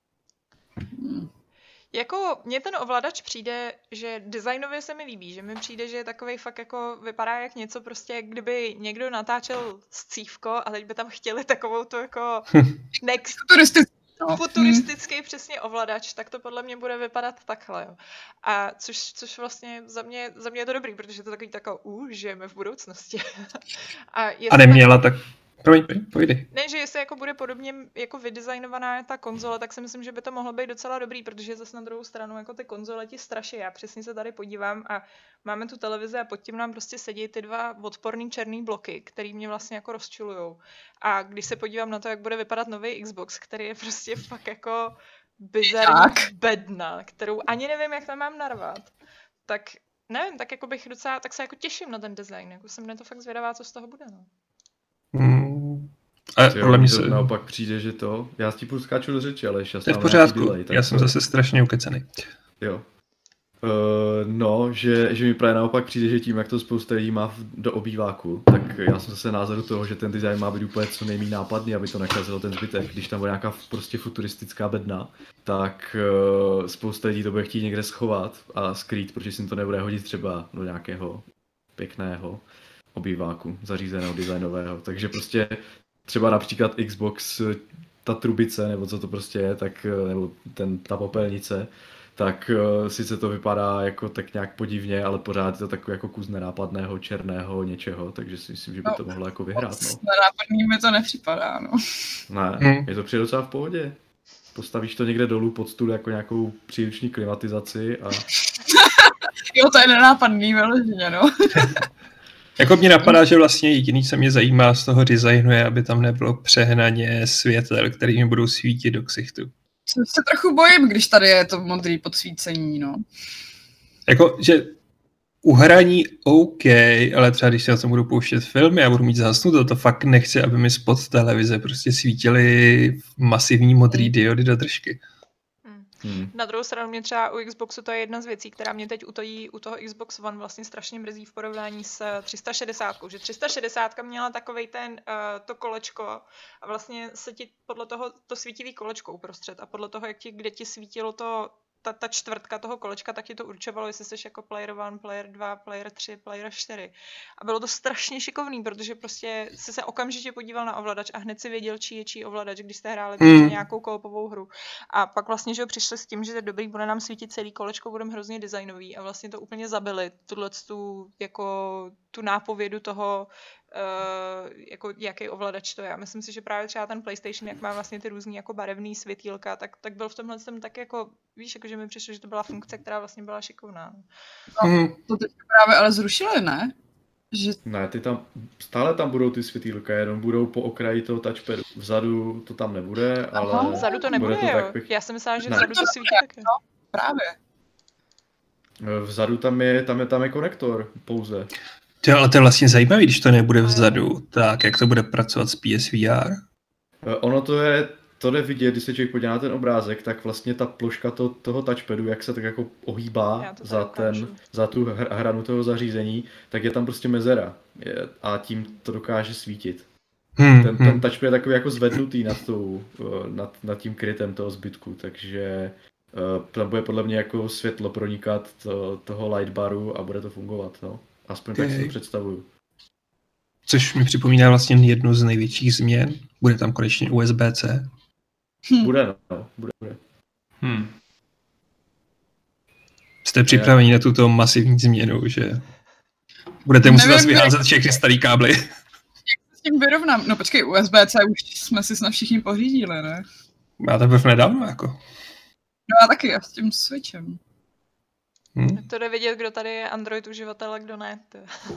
Jako mně ten ovladač přijde, že designově se mi líbí, že mi přijde, že je takovej fakt jako vypadá jak něco prostě, kdyby někdo natáčel scívko a teď by tam chtěli takovou tu jako next futuristický přesně ovladač, tak to podle mě bude vypadat takhle, jo. A což vlastně za mě je to dobrý, protože to takový žijeme v budoucnosti. A neměla tak... Pojď. Ne, že jestli jako bude podobně jako vydesignovaná ta konzole, tak si myslím, že by to mohlo být docela dobrý, protože zase na druhou stranu jako ty konzole ti straší. Já přesně se tady podívám a máme tu televizi a pod tím nám prostě sedí ty dva odporný černý bloky, který mě vlastně jako rozčilujou. A když se podívám na to, jak bude vypadat nový Xbox, který je prostě fakt jako bizarní bedna, kterou ani nevím, jak tam mám narvat, tak nevím, tak jako bych docela, tak se jako těším na ten design, jako jsem na to fakt zvědavá, co z toho bude, no. A podle mě se naopak přijde, že to... Já s tím půl skáču do řeči, ale ještě je v pořádku, delay, já jsem zase strašně ukecený. Jo. Že mi právě naopak přijde, že tím, jak to spousta lidí má do obýváku, tak já jsem zase názoru toho, že ten design má být úplně co nejméně nápadný, aby to nakazilo ten zbytek. Když tam bude nějaká prostě futuristická bedna, tak spousta lidí to bude chtít někde schovat a skrýt, protože si to nebude hodit třeba do nějakého pěkného obýváku, zařízeného, designového. Takže prostě třeba například Xbox, ta trubice, nebo co to prostě je, tak, nebo ta popelnice, tak sice to vypadá jako tak nějak podivně, ale pořád je to takový jako kus nenápadného, černého něčeho, takže si myslím, že by to mohlo jako vyhrát. No. Nenápadný mi to nepřipadá, no. Ne, je to přijde docela v pohodě. Postavíš to někde dolů pod stůl jako nějakou příruční klimatizaci a... Jo, to je nenápadný vyloženě, no. Jako mě napadá, že vlastně jediný, co mě zajímá z toho designu je, aby tam nebylo přehnaně světel, který mi budou svítit do ksichtu. Se trochu bojím, když tady je to modrý podsvícení, no. Jako, že uhraní OK, ale třeba když se na tom budu pouštět filmy a budu mít zhasnuto, to fakt nechci, aby mi spod televize prostě svítily masivní modrý diody do držky. Na druhou stranu mě třeba u Xboxu to je jedna z věcí, která mě teď u toho Xbox One vlastně strašně mrzí v porovnání s 360, že 360 měla takovej to kolečko a vlastně se ti podle toho to svítivý kolečko uprostřed a podle toho, kde ti svítilo ta čtvrtka toho kolečka, tak ti to určovalo, jestli jsi jako player 1, player 2, player 3, player 4. A bylo to strašně šikovný, protože prostě jsi se okamžitě podíval na ovladač a hned si věděl, čí je čí ovladač, když jste hráli nějakou koopovou hru. A pak vlastně, že přišli s tím, že dobrý, bude nám svítit celý kolečko, budeme hrozně designový a vlastně to úplně zabili, tu nápovědu toho, jako jaký ovladač to je. A myslím si, že právě třeba ten PlayStation, jak má vlastně ty různý jako barevný světýlka, tak byl v tomhle tak jako, víš, jako že mi přišlo, že to byla funkce, která vlastně byla šikovná. No, to teď právě ale zrušili, ne? Že... Ne, stále tam budou ty světýlka, jenom budou po okraji toho touchpadu. Vzadu to tam nebude, ale... Vzadu to nebude, to jo. Já jsem myslela, že vzadu to svítí taky. No, právě. Vzadu tam je konektor pouze. Ale to je vlastně zajímavé, když to nebude vzadu, tak jak to bude pracovat s PSVR? Ono to jde vidět, když se člověk podívá na ten obrázek, tak vlastně ta ploška toho touchpadu, jak se tak jako ohýbá za tu hranu toho zařízení, tak je tam prostě mezera a tím to dokáže svítit. Ten touchpad je takový jako zvednutý nad tím krytem toho zbytku, takže tam bude podle mě jako světlo pronikat toho lightbaru a bude to fungovat, no. Aspoň tak si to představuju. Což mi připomíná vlastně jednu z největších změn. Bude tam konečně USB-C. Bude, no. Bude. Jste připraveni na tuto masivní změnu, že budete muset zase vyházet všechny starý kábly? Jak se s tím vyrovnám? No počkej, USB-C už jsme si snad všichni pořídili, ne? Já teprve nedávno, jako. No já taky, já s tím switchem. To jde vidět, kdo tady je Android uživatel a kdo ne.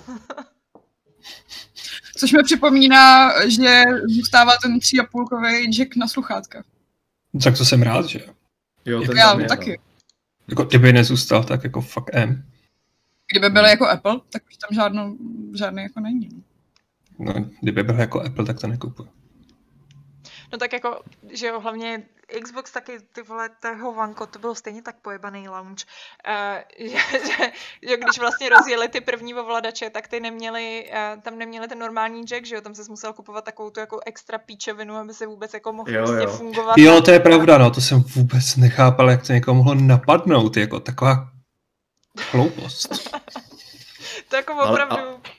Což mi připomíná, že zůstává ten 3,5kový jack na sluchátka. Tak to jsem rád, že jo. Já taky. Jako kdyby nezůstal, tak jako fuck M. Kdyby byl jako Apple, tak už tam žádný jako není. No, kdyby byl jako Apple, tak to nekupuju. No tak jako, že jo, hlavně Xbox taky, ty vole, toho vanko, to bylo stejně tak pojebaný launch, že když vlastně rozjeli ty první ovladače, tak ty neměli, tam neměli ten normální jack, že jo, tam ses musel kupovat takovou tu jako extra píčovinu, aby se vůbec jako mohl prostě fungovat. Jo, to je pravda, no, to jsem vůbec nechápal, jak to někoho mohlo napadnout, jako taková hloupost. To jako opravdu...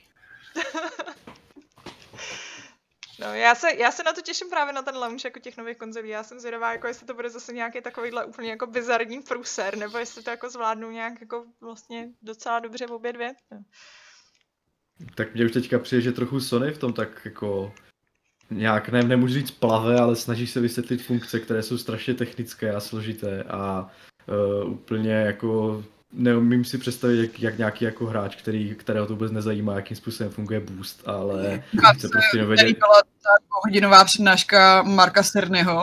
No, já se na to těším právě na ten launch jako těch nových konzolí. Já jsem zvědavá, jako jestli to bude zase nějaký takovýhle úplně jako bizarní průser, nebo jestli to jako zvládnou nějak jako vlastně docela dobře v obě dvě. No. Tak mě už teďka přijde, že trochu Sony v tom tak jako nějak, nemůžu říct plave, ale snaží se vysvětlit funkce, které jsou strašně technické a složité a úplně jako neumím si představit, jak nějaký jako hráč, kterého to vůbec nezajímá, jakým způsobem funguje boost, ale chce prostě nevědět. Tady byla ta hodinová přednáška Marka Cernyho.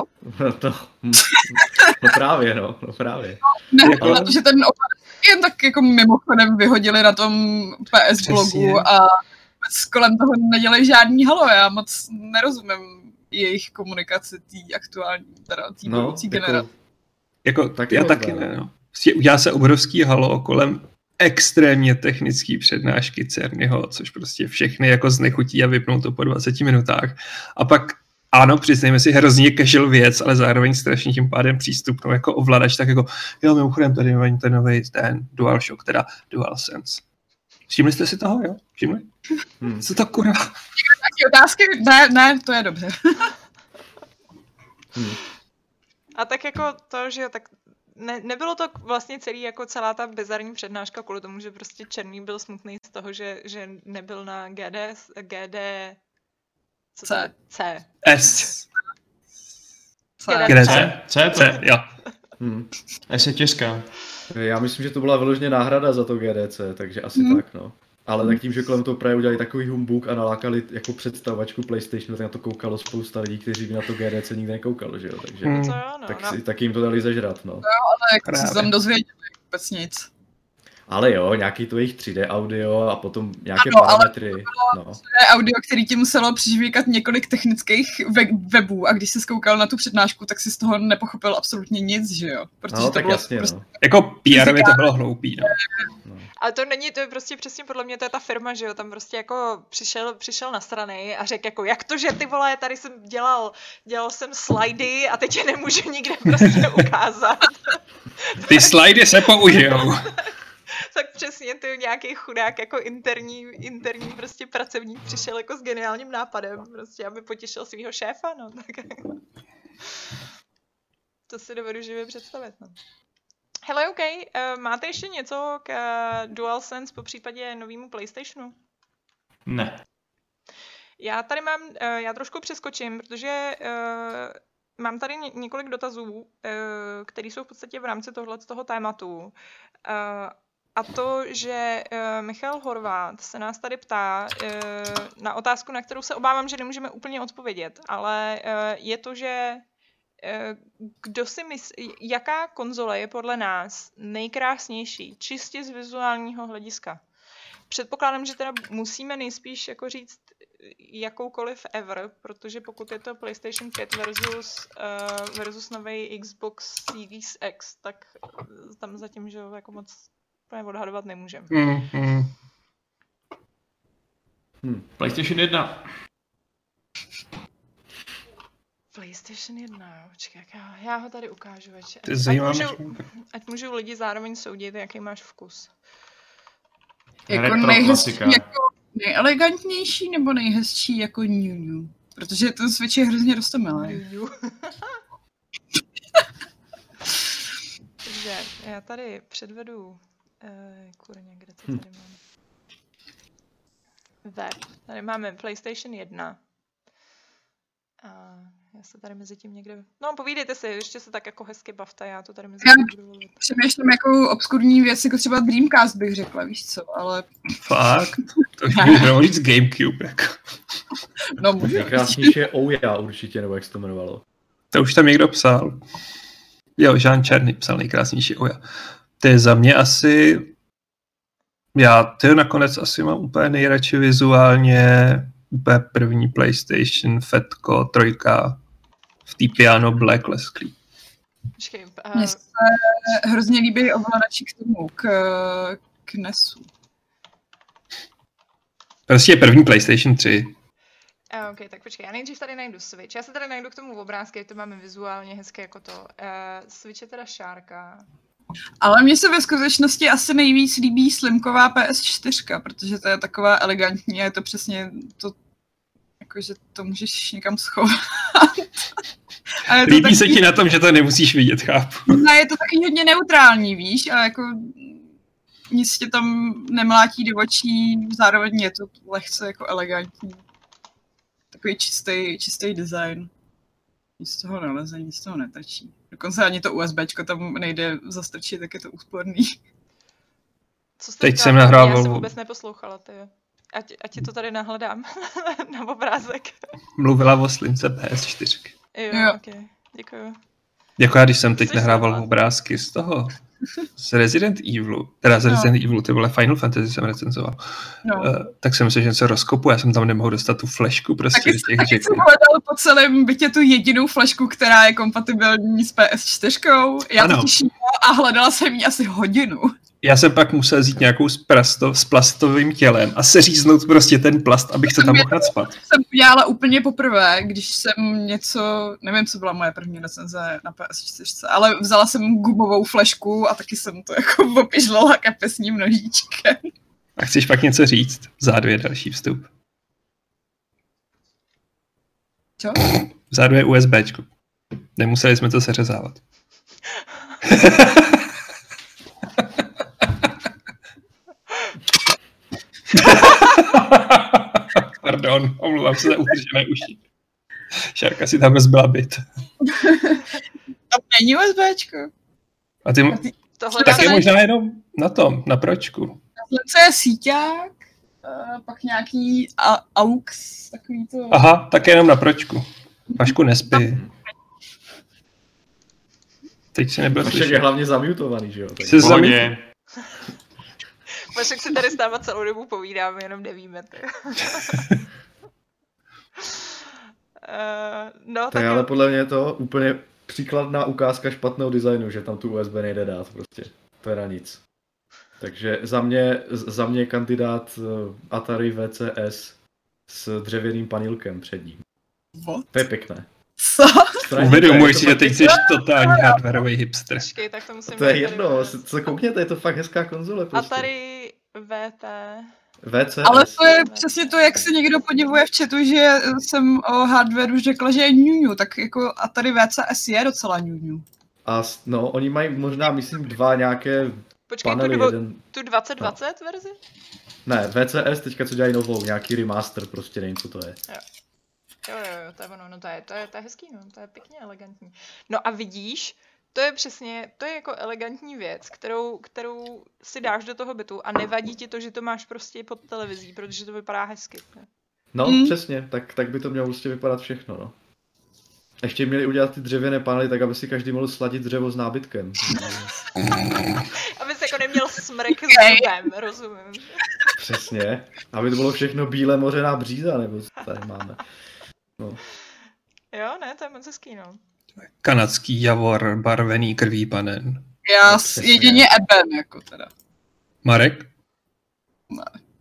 No právě. Ne, ale... protože ten jen tak jako mimochodem vyhodili na tom PS blogu a kolem toho nedělají žádný halo, já moc nerozumím jejich komunikaci tý aktuální, teda tý budoucí generace. Jako, já taky ne, no. Udělá se obrovský halo kolem extrémně technické přednášky Cernyho, což prostě všechny jako znechutí a vypnou to po 20 minutách. A pak, ano, přiznejme si, hrozně casual věc, ale zároveň strašně tím pádem přístupnou jako ovladač, tak jako, jo, mimochodem tady mají ten nový DualShock, teda DualSense. Všimli jste si toho, jo? Všimli? Co to kurva? Nějaké otázky? Ne, to je dobře. A tak jako to, že jo, tak nebylo to vlastně celá ta bizarní přednáška kvůli tomu, že prostě Černý byl smutný z toho, že nebyl na C. S. C, jo. S je těžká. Já myslím, že to byla vyloženě náhrada za to GDC, takže asi tak, no. Ale tak tím, že kolem toho právě udělali takový humbuk a nalákali jako představovačku PlayStationu, tak na to koukalo spousta lidí, kteří by na to GDC nikdy nekoukali, že jo, takže tak jim to dali zažrat, no. No, ale jak se tam dozvěděli vůbec nic. Ale jo, nějaký to jejich 3D audio a potom nějaké parametry. Ale to bylo 3D audio, který ti muselo přižvíkat několik technických webů a když jsi zkoukal na tu přednášku, tak si z toho nepochopil absolutně nic, že jo? Protože no, to tak bylo jasně, prostě... no. Jako PR-ově to bylo hloupý, no. Ale to není, to je prostě přesně podle mě, to je ta firma, že jo, tam prostě jako přišel na strany a řekl jako, jak to, že ty vole, tady jsem dělal jsem slidy a teď je nemůžu nikde prostě ukázat. Ty slidy se použijou. Tak přesně ty nějaký chudák jako interní prostě pracovník přišel jako s geniálním nápadem, prostě aby potěšil svého šéfa, no tak to si dovedu živě představit, no. Hele, OK, máte ještě něco k DualSense po případě novému PlayStationu? Ne. Já trošku přeskočím, protože mám tady několik dotazů, které jsou v podstatě v rámci toho tématu. A to, že Michal Horvát se nás tady ptá na otázku, na kterou se obávám, že nemůžeme úplně odpovědět, ale je to, že kdo si myslí, jaká konzole je podle nás nejkrásnější, čistě z vizuálního hlediska? Předpokládám, že teda musíme nejspíš jako říct jakoukoliv ever, protože pokud je to PlayStation 5 versus nový Xbox Series X, tak tam zatím, že jako moc odhadovat nemůžeme. PlayStation 1. PlayStation 1, jo, počkej, já ho tady ukážu. Ať můžou lidi zároveň soudit, jaký máš vkus. Jako nejhezčí, jako nejelegantnější nebo nejhezčí jako New? Protože ten Switch je hrozně roztomilý. Takže já tady předvedu kurně, kde to tady mám? Web. Tady máme PlayStation 1. A já se tady mezi tím někde... No, povídejte si, ještě se tak jako hezky bavte, já to tady mezi tím budu volit. Přemýšlím jako obskurní věc, jako třeba Dreamcast bych řekla, víš co, ale... Fakt? To už můžu říct GameCube, jako. No, můžu. Nejkrásnější je Ouya určitě, nebo jak se to jmenovalo. To už tam někdo psal. Jo, Jean Černý psal nejkrásnější Ouya. To je za mě asi Já nakonec asi mám úplně nejradši vizuálně úplně první PlayStation, Fatco, 3 v té piano black lesklý. Mně se hrozně líbí ovladači k tomu, k NESu. Prostě je první PlayStation 3. OK, tak počkej, já nejdřív tady najdu Switch. Já se tady najdu k tomu obrázky, to máme vizuálně hezké jako to. Switch je teda šárka. Ale mně se ve skutečnosti asi nejvíc líbí slimková PS4, protože to je taková elegantní a je to přesně to, jakože to můžeš někam schovat. Líbí se ti na tom, že to nemusíš vidět, chápu. No, je to taky hodně neutrální, víš, a jako nic tě tam nemlátí do očí, zároveň je to lehce jako elegantní. Takový čistý design. Nic z toho neleze, nic z toho netrčí. Dokonce ani to USBčko tam nejde zastrčit, tak je to úsporný. Co jste teď jsem nahrával. Já jsem vůbec neposlouchala, ty. Ať ti to tady nahledám na obrázek. Mluvila o slimce PS4. Jo, ok, děkuju. Jako já, když jsem teď nahrával obrázky z toho, z Resident Evilu, teda z Resident Evilu, ty vole Final Fantasy jsem recenzoval, tak jsem myslel, že něco rozkopu, já jsem tam nemohl dostat tu flešku prostě. Taky jsem hledal po celém bytě tu jedinou flešku, která je kompatibilní s PS4, já to těším a hledala jsem ji asi hodinu. Já jsem pak musel vzít nějakou s plastovým tělem a seříznout prostě ten plast, abych se tam mohl nadspat. Jsem udělala úplně poprvé, když jsem něco, nevím, co byla moje první recenze na PS4, ale vzala jsem gumovou flešku a taky jsem to jako opižlala kapesním nožíčkem. A chceš pak něco říct? Vzadu je další vstup. Co? Vzadu je USBčko. Nemuseli jsme to seřezávat. Pardon, omluvám se za utržené uši. Šárka si tam rozbila byt. Tam není USBčko. A ty tak je možná jenom na tom, na pročku. Co je síťák, pak nějaký AUX, takový to... Aha, tak jenom na pročku. Pašku nespí. Teď si nebyl slyšet. Pašek je hlavně zamutovaný, že jo? Jsi zamutovaný. Pašek si tady s náma celou dobu povídáme, jenom nevíme. tak ale podle mě je to úplně příkladná ukázka špatného designu, že tam tu USB nejde dát prostě. To je na nic. Takže za mě kandidát Atari VCS s dřevěným panílkem před ním. What? To je pěkné. Co? Uvědomuji si, že teď jsi totální hardwareový hipster. Počkej, tak to musím... To je jedno, co koukněte, je to fakt hezká konzole prostě. Atari VCS. Ale to je přesně to, jak se někdo podivuje v chatu, že jsem o hardwareu řekla, že je ňuňu, tak jako Atari VCS je docela ňuňu. A no, oni mají možná, myslím, dva nějaké panely. Tu 2020 verzi? Ne, VCS teďka co dělají novou, nějaký remaster, prostě nevím, co to je. Jo, to je ono, no to je hezký, no, to je pěkně elegantní. No a vidíš, to je přesně, to je jako elegantní věc, kterou si dáš do toho bytu a nevadí ti to, že to máš prostě pod televizí, protože to vypadá hezky. Ne? No, přesně, tak by to mělo prostě vypadat všechno, no. Ještě měli udělat ty dřevěné panely tak, aby si každý mohl sladit dřevo s nábytkem. Aby se jako neměl smrk s dřevem, rozumím. Přesně, aby to bylo všechno bílé mořená bříza, nebo co tady máme. No. Jo, ne, to je moc hezký, no. Kanadský javor barvený krví panen. Já jedině Eben, jako teda. Marek? Ne.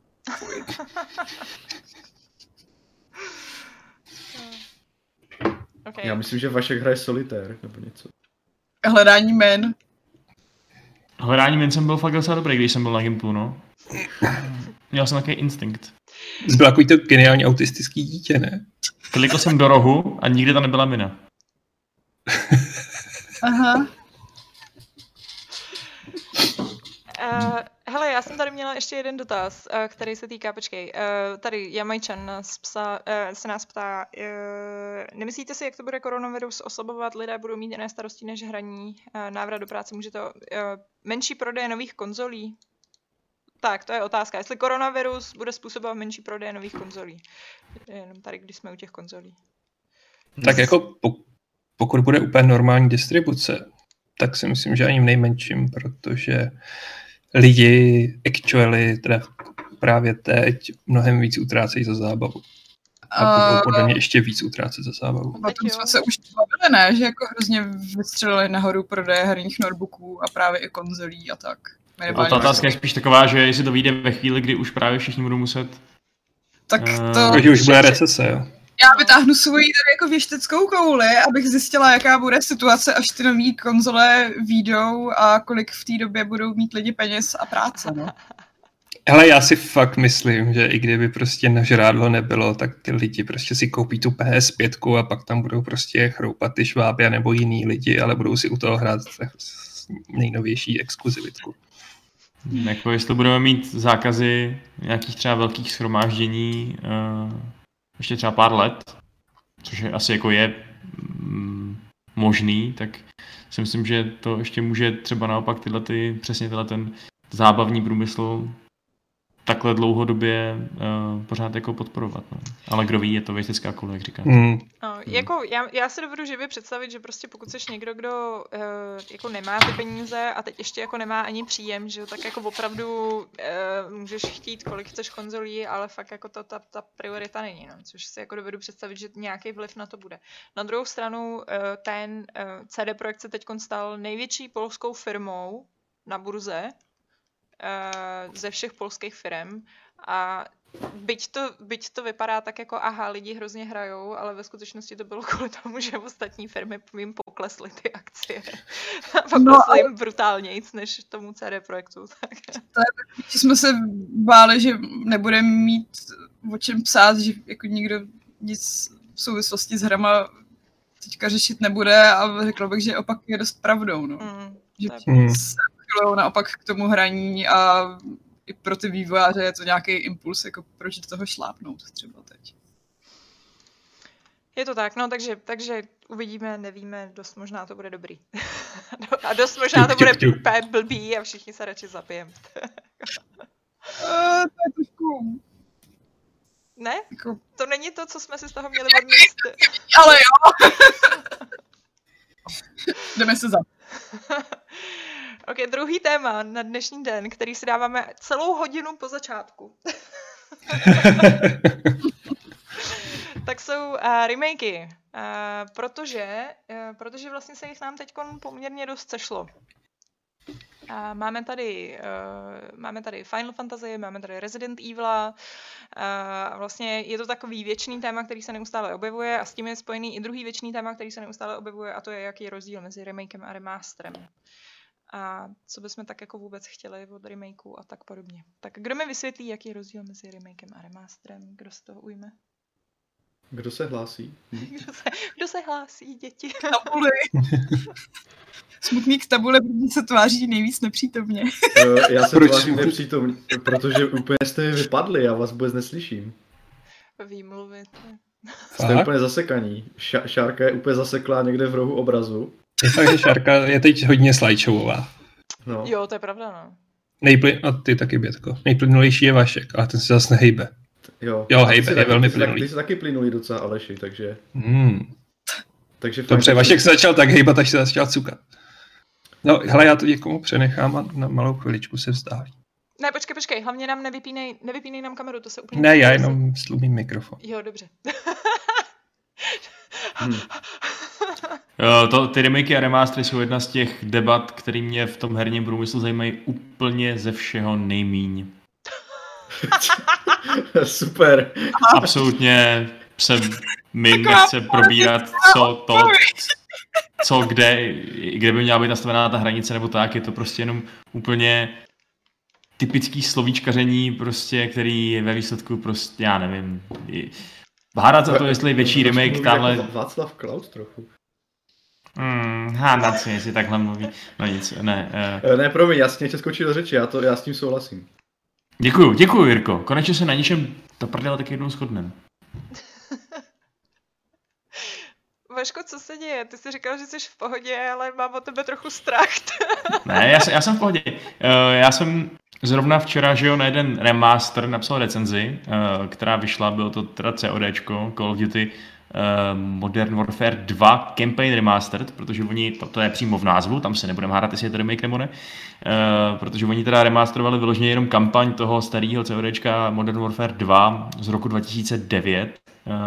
Okay. Já myslím, že Vašek hraje solitér, nebo něco. Hledání jmen. Hledání jmen jsem byl fakt docela dobrý, když jsem byl na Gimplu, no. Měl jsem takový instinkt. Jsi byl takový to geniálně autistický dítě, ne? Klikl jsem do rohu a nikdy tam nebyla mina. Aha. Hele, já jsem tady měla ještě jeden dotaz, který se týká, tady Jamajčan se nás ptá, nemyslíte si, jak to bude koronavirus oslabovat, lidé budou mít jiné starosti než hraní, návrat do práce, může to menší prodej nových konzolí? Tak, to je otázka, jestli koronavirus bude způsobovat menší prodej nových konzolí, jenom tady, když jsme u těch konzolí. Tak jako pokud bude úplně normální distribuce, tak si myslím, že ani v nejmenším, protože lidi actually teda právě teď mnohem víc utrácejí za zábavu. A budou podle mě ještě víc utrácet za zábavu. O tom jsme se už bavili, ne? Že jako hrozně vystřelili nahoru prodeje herních notebooků a právě i konzolí a tak. Ta otázka je spíš taková, že jestli to vyjde ve chvíli, kdy už právě všichni budou muset... Tak to... Takže už bude recese, jo. Já vytáhnu svoji tady jako věšteckou kouli, abych zjistila, jaká bude situace, až ty nový konzole výjdou a kolik v té době budou mít lidi peněz a práce, no. Hele, já si fakt myslím, že i kdyby prostě na žrádlo nebylo, tak ty lidi prostě si koupí tu PS5 a pak tam budou prostě chroupat ty šváby nebo jiný lidi, ale budou si u toho hrát nejnovější exkluzivitku. Jako jestli budeme mít zákazy nějakých třeba velkých shromáždění ještě třeba pár let, což je asi jako je možný, tak si myslím, že to ještě může třeba naopak přesně ten zábavní průmysl takhle dlouhodobě pořád jako podporovat. No. Ale kdo ví, je to věštecká koule, jak říkáte. Jako já si dovedu živě představit, že prostě pokud jsi někdo, kdo jako nemá ty peníze a teď ještě jako nemá ani příjem, že jo, tak jako opravdu můžeš chtít, kolik chceš konzolí, ale fakt jako ta priorita není, no. Což si jako dovedu představit, že nějaký vliv na to bude. Na druhou stranu ten CD Projekt se teď stal největší polskou firmou na burze, ze všech polských firem a byť to vypadá tak jako aha, lidi hrozně hrajou, ale ve skutečnosti to bylo kvůli tomu, že ostatní firmy jim poklesly ty akcie. Poklesly jim brutálnějc než tomu CD Projektu. Tak. To je tak, že jsme se báli, že nebudeme mít o čem psát, že jako nikdo nic v souvislosti s hrama teďka řešit nebude a řekl bych, že opak je dost pravdou. No. Že naopak k tomu hraní a i pro ty vývojáře je to nějaký impuls, jako proč do toho šlápnout třeba teď. Je to tak, no, takže uvidíme, nevíme, dost možná to bude dobrý. A dost možná to bude blbý a všichni se radši zabijeme. To je trošku... Ne? To není to, co jsme si z toho měli odníst. Ale jo! Jdeme se zabít. Ok, druhý téma na dnešní den, který si dáváme celou hodinu po začátku. Tak jsou remakey, protože vlastně se jich nám teď poměrně dost sešlo. Máme tady Final Fantasy, máme tady Resident Evil, vlastně je to takový věčný téma, který se neustále objevuje a s tím je spojený i druhý věčný téma, který se neustále objevuje a to je, jaký je rozdíl mezi remakem a remasterem. A co bychom tak jako vůbec chtěli od remakeu a tak podobně. Tak kdo mi vysvětlí, jaký je rozdíl mezi remakem a remasterem? Kdo se toho ujme? Kdo se hlásí? Kdo se hlásí, děti? Tabuli. Smutný k tabule, protože se tváří nejvíc nepřítomně. Já se tvářím nepřítomně, protože úplně jste mi vypadli, já vás vůbec neslyším. Výmluvit. Jste úplně zasekaní. Šárka je úplně zaseklá někde v rohu obrazu. Takže Šárka je teď hodně slideshowová. No. Jo, to je pravda, no. A ty taky, Bětko. Nejplynulejší je Vašek, ale ten se zase nehejbe. Jo, hejbe, je velmi plynulý. Ty jsi taky plynulý docela, Aleši, takže... Takže dobře, Vašek se začal tak hejbat, až se začal cukat. No, hele, já to někomu přenechám a na malou chviličku se vzdálí. Ne, počkej, hlavně nám nevypínej nám kameru, to se úplně... Ne, já jenom slumím mikrofon. Jo, dobře. Ty remakey a remastery jsou jedna z těch debat, které mě v tom herním průmyslu zajímají úplně ze všeho nejmíň. Super. Absolutně mi nechce probírat, kde by měla být nastavená ta hranice nebo tak, je to prostě jenom úplně typický slovíčkaření, prostě, který ve výsledku prostě, já nevím, hádat za to, jestli je větší remake, tamhle... Václav Klaus trochu. Hádat si, jestli takhle mluví. No nic, ne. Ne, promiň, já si tě skočil do řeči, já s tím souhlasím. Děkuju, Jirko. Konečně se na něčem ta prdela taky jednou shodneme. Vaško, co se děje? Ty jsi říkal, že jsi v pohodě, ale mám o tebe trochu strach. Ne, já jsem v pohodě. Já jsem zrovna včera, že jo, na jeden remaster napsal recenzi, která vyšla, bylo to teda CODčko, Call of Duty Modern Warfare 2 Campaign Remastered, protože oni, to je přímo v názvu, tam se nebudeme hádat, jestli je to remake nebo ne, protože oni teda remasterovali vyloženě jenom kampaň toho starého CODčka Modern Warfare 2 z roku 2009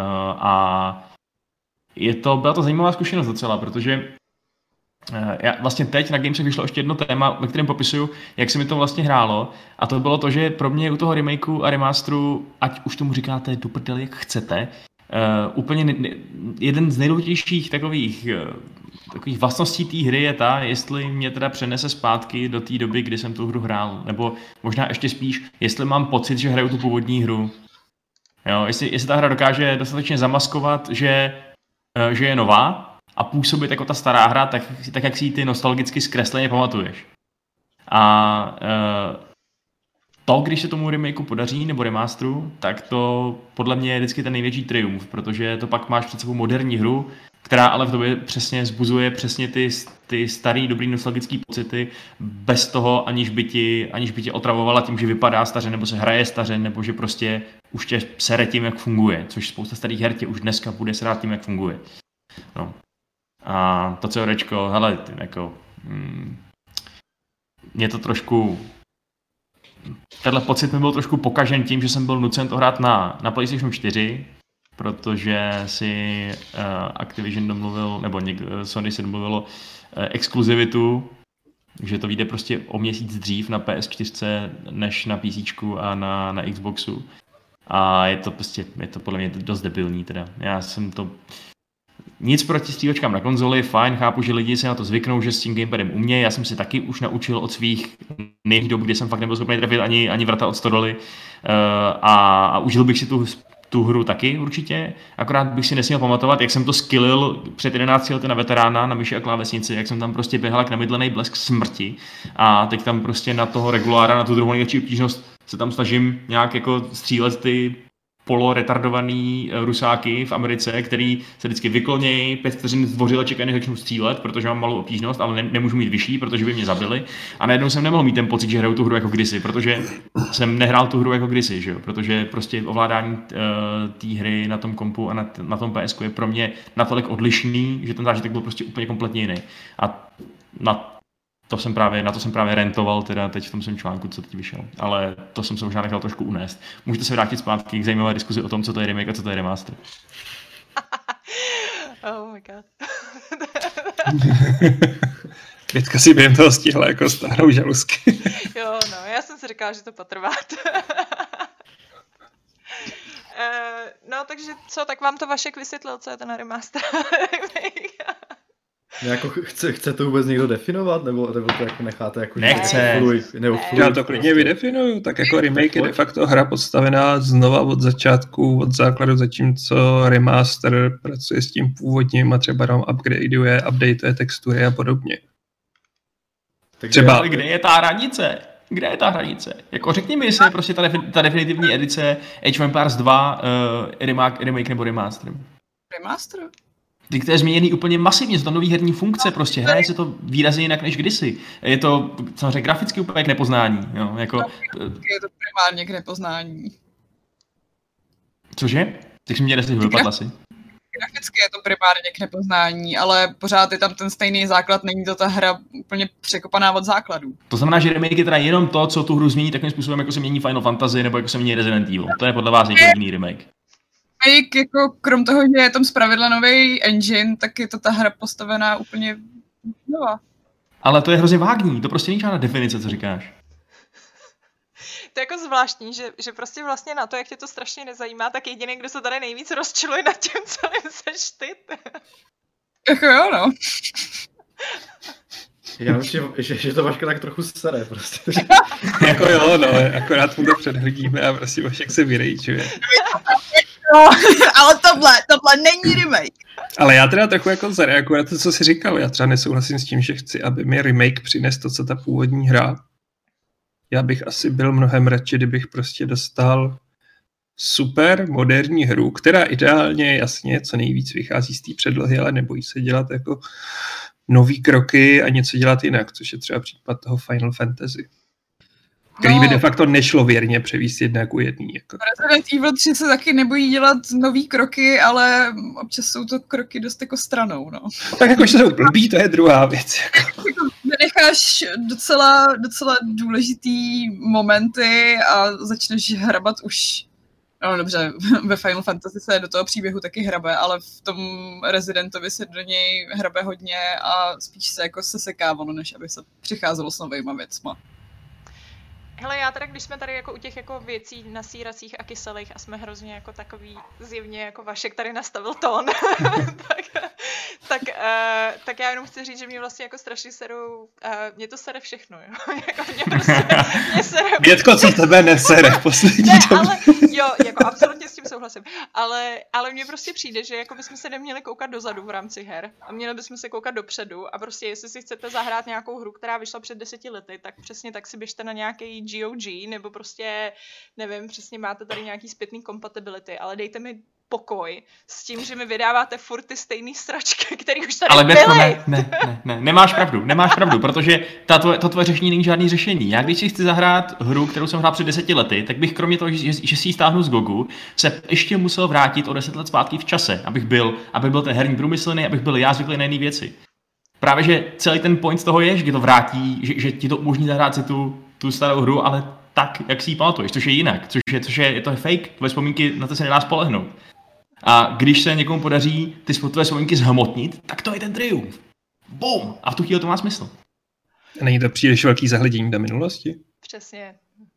a byla to zajímavá zkušenost docela, protože vlastně teď na Gamesech vyšlo ještě jedno téma, ve kterém popisuju, jak se mi to vlastně hrálo, a to bylo to, že pro mě u toho remakeu a remasteru, ať už tomu říkáte do prdele, jak chcete, úplně jeden z nejdůležitějších takových vlastností té hry je ta, jestli mě teda přenese zpátky do té doby, kdy jsem tu hru hrál, nebo možná ještě spíš, jestli mám pocit, že hraju tu původní hru. Jo, jestli ta hra dokáže dostatečně zamaskovat, že je nová, a působit jako ta stará hra, tak jak si ji ty nostalgicky zkresleně pamatuješ. A to, když se tomu remakeu podaří, nebo remasteru, tak to podle mě je vždycky ten největší triumf, protože to pak máš před sebou moderní hru, která ale v tobě přesně zbuzuje přesně ty starý, dobrý nostalgický pocity, bez toho, aniž by tě otravovala tím, že vypadá staře, nebo se hraje staře, nebo že prostě už tě sere tím, jak funguje, což spousta starých her tě už dneska bude srát tím, jak funguje. No. A to CODčko, hele, jako, mě to trošku, tenhle pocit mi byl trošku pokažen tím, že jsem byl nucen to hrát na PlayStation 4, protože si Activision domluvil, nebo Sony si domluvilo exkluzivitu, že to vyjde prostě o měsíc dřív na PS4 než na PCčku a na Xboxu. A je to podle mě dost debilní teda. Já jsem to... Nic proti střílečkám na konzoli, fajn, chápu, že lidi se na to zvyknou, že s tím gamepadem umějí. Já jsem si taky už naučil od svých největších dob, kdy jsem fakt nebyl schopný trefit ani vrata od stodoly. A užil bych si tu hru taky určitě, akorát bych si nesměl pamatovat, jak jsem to skillil před 11 lety na veterána, na myši a klávesnici, jak jsem tam prostě běhal jak namydlený blesk smrti a teď tam prostě na toho regulára, na tu druhou největší obtížnost se tam snažím nějak jako střílet ty poloretardovaný rusáky v Americe, který se vždycky vyklonějí, 5 vteřin zdvořile čekají, než začnou střílet, protože mám malou obtížnost, ale nemůžu mít vyšší, protože by mě zabili. A najednou jsem nemohl mít ten pocit, že hraju tu hru jako kdysi, protože jsem nehrál tu hru jako kdysi, že jo? Protože prostě ovládání té hry na tom kompu a na tom PSku je pro mě natolik odlišný, že ten zážitek byl prostě úplně kompletně jiný. A na to jsem právě rentoval teda teď v tom svém článku, co teď vyšel. Ale to jsem se možná nechal trošku unést. Můžete se vrátit zpátky k zajímavé diskuzi o tom, co to je remake a co to je remaster. Oh my god. Květka si během toho stihla jako stáhnout žaluzky. Jo, no, já jsem si říkala, že to potrvá. No, takže co, tak vám to Vašek vysvětlil, co je ten remaster Jako chce to vůbec někdo definovat, nebo to jako necháte jako... Nechce. Já to klidně vydefinuju, tak jako remake je de facto hra podstavená znova od začátku, od základu, zatímco remaster pracuje s tím původním a třeba nám updateuje textury a podobně. Třeba... Ale kde je ta hranice? Kde je ta hranice? Jako řekni mi, jestli je prostě ta definitivní edice Age of Empires 2 remake nebo remaster. Remaster? Ty, to je změněný úplně masivně, jsou tam nový herní funkce, prostě hraje se to výrazně jinak než kdysi. Je to samozřejmě graficky úplně k nepoznání. Jo, jako... Je to primárně k nepoznání. Cože? Tak jsi mě nesli vypadl asi. Graficky je to primárně k nepoznání, ale pořád je tam ten stejný základ, není to ta hra úplně překopaná od základů. To znamená, že remake je teda jenom to, co tu hru změní takovým způsobem, jako se mění Final Fantasy nebo jako se mění Resident Evil. To je podle vás jediný remake. Jako krom toho, že je tam zpravidla nový engine, tak je to ta hra postavená úplně nová. Ale to je hrozně vágní, to prostě není žádná definice, co říkáš. To je jako zvláštní, že prostě vlastně na to, jak tě to strašně nezajímá, tak jediný, kdo se tady nejvíc rozčiluje nad tím, co seš ty. Jako jo, no. Já myslím, že to Vaška tak trochu sere prostě. Jako jo, no, akorát mu to předhodíme a prostě Vašek se vyrejčuje. No, ale tohle není remake. Ale já teda trochu jako zareaguji na to, co jsi říkal. Já třeba nesouhlasím s tím, že chci, aby mi remake přines to, co ta původní hra. Já bych asi byl mnohem radši, kdybych prostě dostal super moderní hru, která ideálně, jasně, co nejvíc vychází z té předlohy, ale nebojí se dělat jako nový kroky a něco dělat jinak, což je třeba případ toho Final Fantasy. který by de facto nešlo věrně převíst 1:1. Jako. Resident Evil 3 se taky nebojí dělat nový kroky, ale občas jsou to kroky dost jako stranou, no. Tak jako, že jsou blbý, to je druhá věc. Jako. Necháš docela důležitý momenty a začneš hrabat už, no dobře, ve Final Fantasy se do toho příběhu taky hrabe, ale v tom Residentovi se do něj hrabe hodně a spíš se jako sesekávalo, než aby se přicházelo s novejma věcma. Hele, já teda, když jsme tady jako u těch jako věcí nasíracích a kyselých a jsme hrozně jako takový zjevně jako Vašek tady nastavil tón, tak já jenom chci říct, že mě vlastně jako strašně serou, mě to sere všechno, jo. Jako mě sere... Bětko, co tebe nesere v poslední době. Ale jo, jako absolutně s tím souhlasím, ale mně prostě přijde, že jako bychom se neměli koukat dozadu v rámci her a měli bychom se koukat dopředu a prostě jestli si chcete zahrát nějakou hru, která vyšla před 10 lety, tak přesně tak si běžte na nějaký GOG, nebo prostě, nevím, přesně máte tady nějaký zpětný compatibility, ale dejte mi pokoj s tím, že mi vydáváte furt ty stejný sračky, který už tady byly. Ale ne, nemáš pravdu, protože to tvoje řešení není žádný řešení. Já když si chci zahrát hru, kterou jsem hrál před 10 lety, tak bych kromě toho, že si ji stáhnu z GOGu, se ještě musel vrátit o 10 let zpátky v čase, abych byl ten herní průmyslný, abych byl já zvyklý na jiné věci. Právě, že celý ten point z toho je, že ti to vrátí, že ti to umožní zahrát si tu starou hru, ale tak, jak si ji pamatuješ, což je jinak, je to fake, tvoje vzpomínky na to se nedá spolehnout. A když se někomu podaří ty tvoje vzpomínky zhmotnit, tak to je ten triumf. Boom! A v tu chvíli to má smysl. Není to příliš velký zahledění do minulosti? Přesně.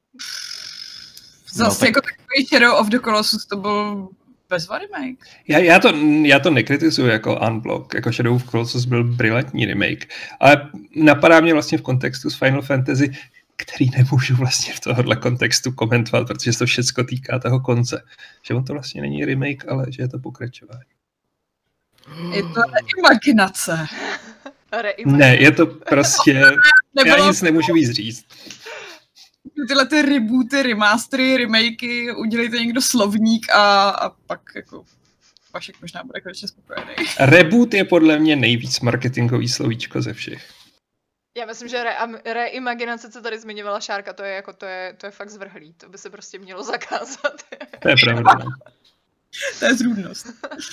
Zase jako takový Shadow of the Colossus to byl bezva remake. Já to nekritizuju jako Unblock, jako Shadow of the Colossus byl brilantní remake, ale napadá mě vlastně v kontextu s Final Fantasy, který nemůžu vlastně v tohohle kontextu komentovat, protože se to všecko týká toho konce. Že on to vlastně není remake, ale že je to pokračování. Je to reimaginace. Ne, je to prostě... Já nic nemůžu víc říct. Tyhle ty rebooty, remastery, remakey, udělejte někdo slovník a pak jako Vašek možná bude konečně spokojený. Reboot je podle mě nejvíc marketingový slovíčko ze všech. Já myslím, že reimaginace, co tady zmiňovala Šárka, to je fakt zvrhlý. To by se prostě mělo zakázat. To je pravda. To je zrůdnost.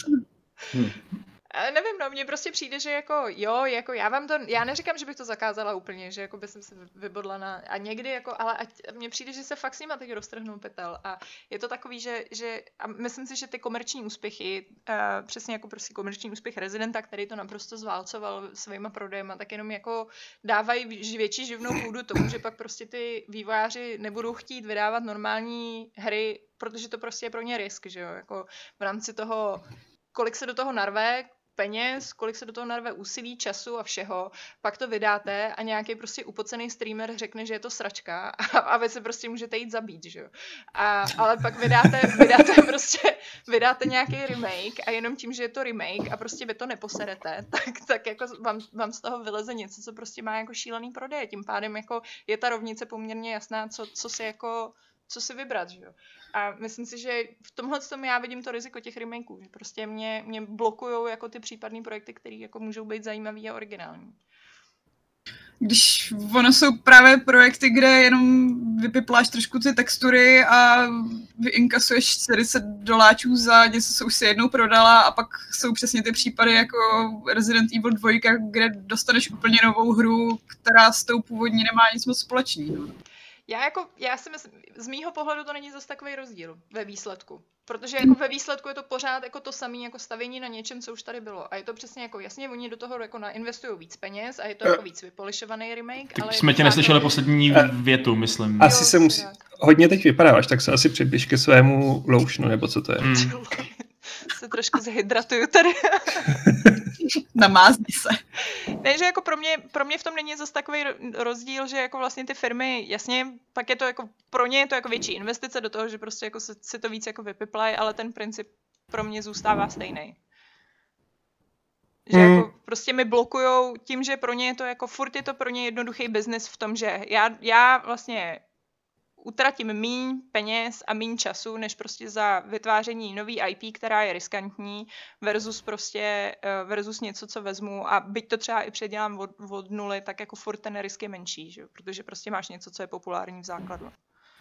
Nevím, no, mně prostě přijde, že jako jo, jako já neříkám, že bych to zakázala úplně, že jako by jsem se vybodla a někdy jako, ale mně přijde, že se fakt s nima teď roztrhnul pytel a je to takový, že a myslím si, že ty komerční úspěchy, přesně jako prostě komerční úspěch Residenta, který to naprosto zválcoval svýma prodejma, tak jenom jako dávají větší živnou půdu tomu, že pak prostě ty vývojáři nebudou chtít vydávat normální hry, protože to prostě je pro ně risk, že jo, jako v rámci toho, kolik se do toho narve peněz, kolik se do toho narve úsilí, času a všeho, pak to vydáte a nějaký prostě upocený streamer řekne, že je to sračka a vy se prostě můžete jít zabít, že jo. Ale pak vydáte nějaký remake a jenom tím, že je to remake a prostě vy to neposerete, tak jako vám z toho vyleze něco, co prostě má jako šílený prodej. Tím pádem jako je ta rovnice poměrně jasná, co si vybrat, že jo. A myslím si, že v tomhle tom já vidím to riziko těch remakeů, že prostě mě blokujou jako ty případné projekty, které jako můžou být zajímavý a originální. Když ono jsou právě projekty, kde jenom vypipláš trošku ty textury a vyinkasuješ $40 za něco, co už si jednou prodala a pak jsou přesně ty případy jako Resident Evil 2, kde dostaneš úplně novou hru, která s tou původní nemá nic moc společného. Já si myslím, z mýho pohledu to není zase takový rozdíl ve výsledku. Protože jako ve výsledku je to pořád jako to samé jako stavění na něčem, co už tady bylo. A je to přesně jako jasně, oni do toho jako nainvestují víc peněz a je to jako víc vypolišovaný remake. Ale jsme tě neslyšeli poslední větu, myslím. Asi se musí, hodně teď vypadáš, tak se asi přibliž ke svému loušnu, nebo co to je. Se trošku zhydratuju tady. Namázni se. Ne, že jako pro mě v tom není zase takový rozdíl, že jako vlastně ty firmy, jasně, pak je to jako, pro ně je to jako větší investice do toho, že prostě jako si to víc jako vypiplají, ale ten princip pro mě zůstává stejný. Že jako prostě mi blokujou tím, že pro ně je to jako, furt je to pro ně jednoduchý biznis v tom, že já vlastně utratím míň peněz a míň času, než prostě za vytváření nový IP, která je riskantní, versus něco, co vezmu a byť to třeba i předělám od nuly, tak jako furt ten risk je menší, že? Protože prostě máš něco, co je populární v základu.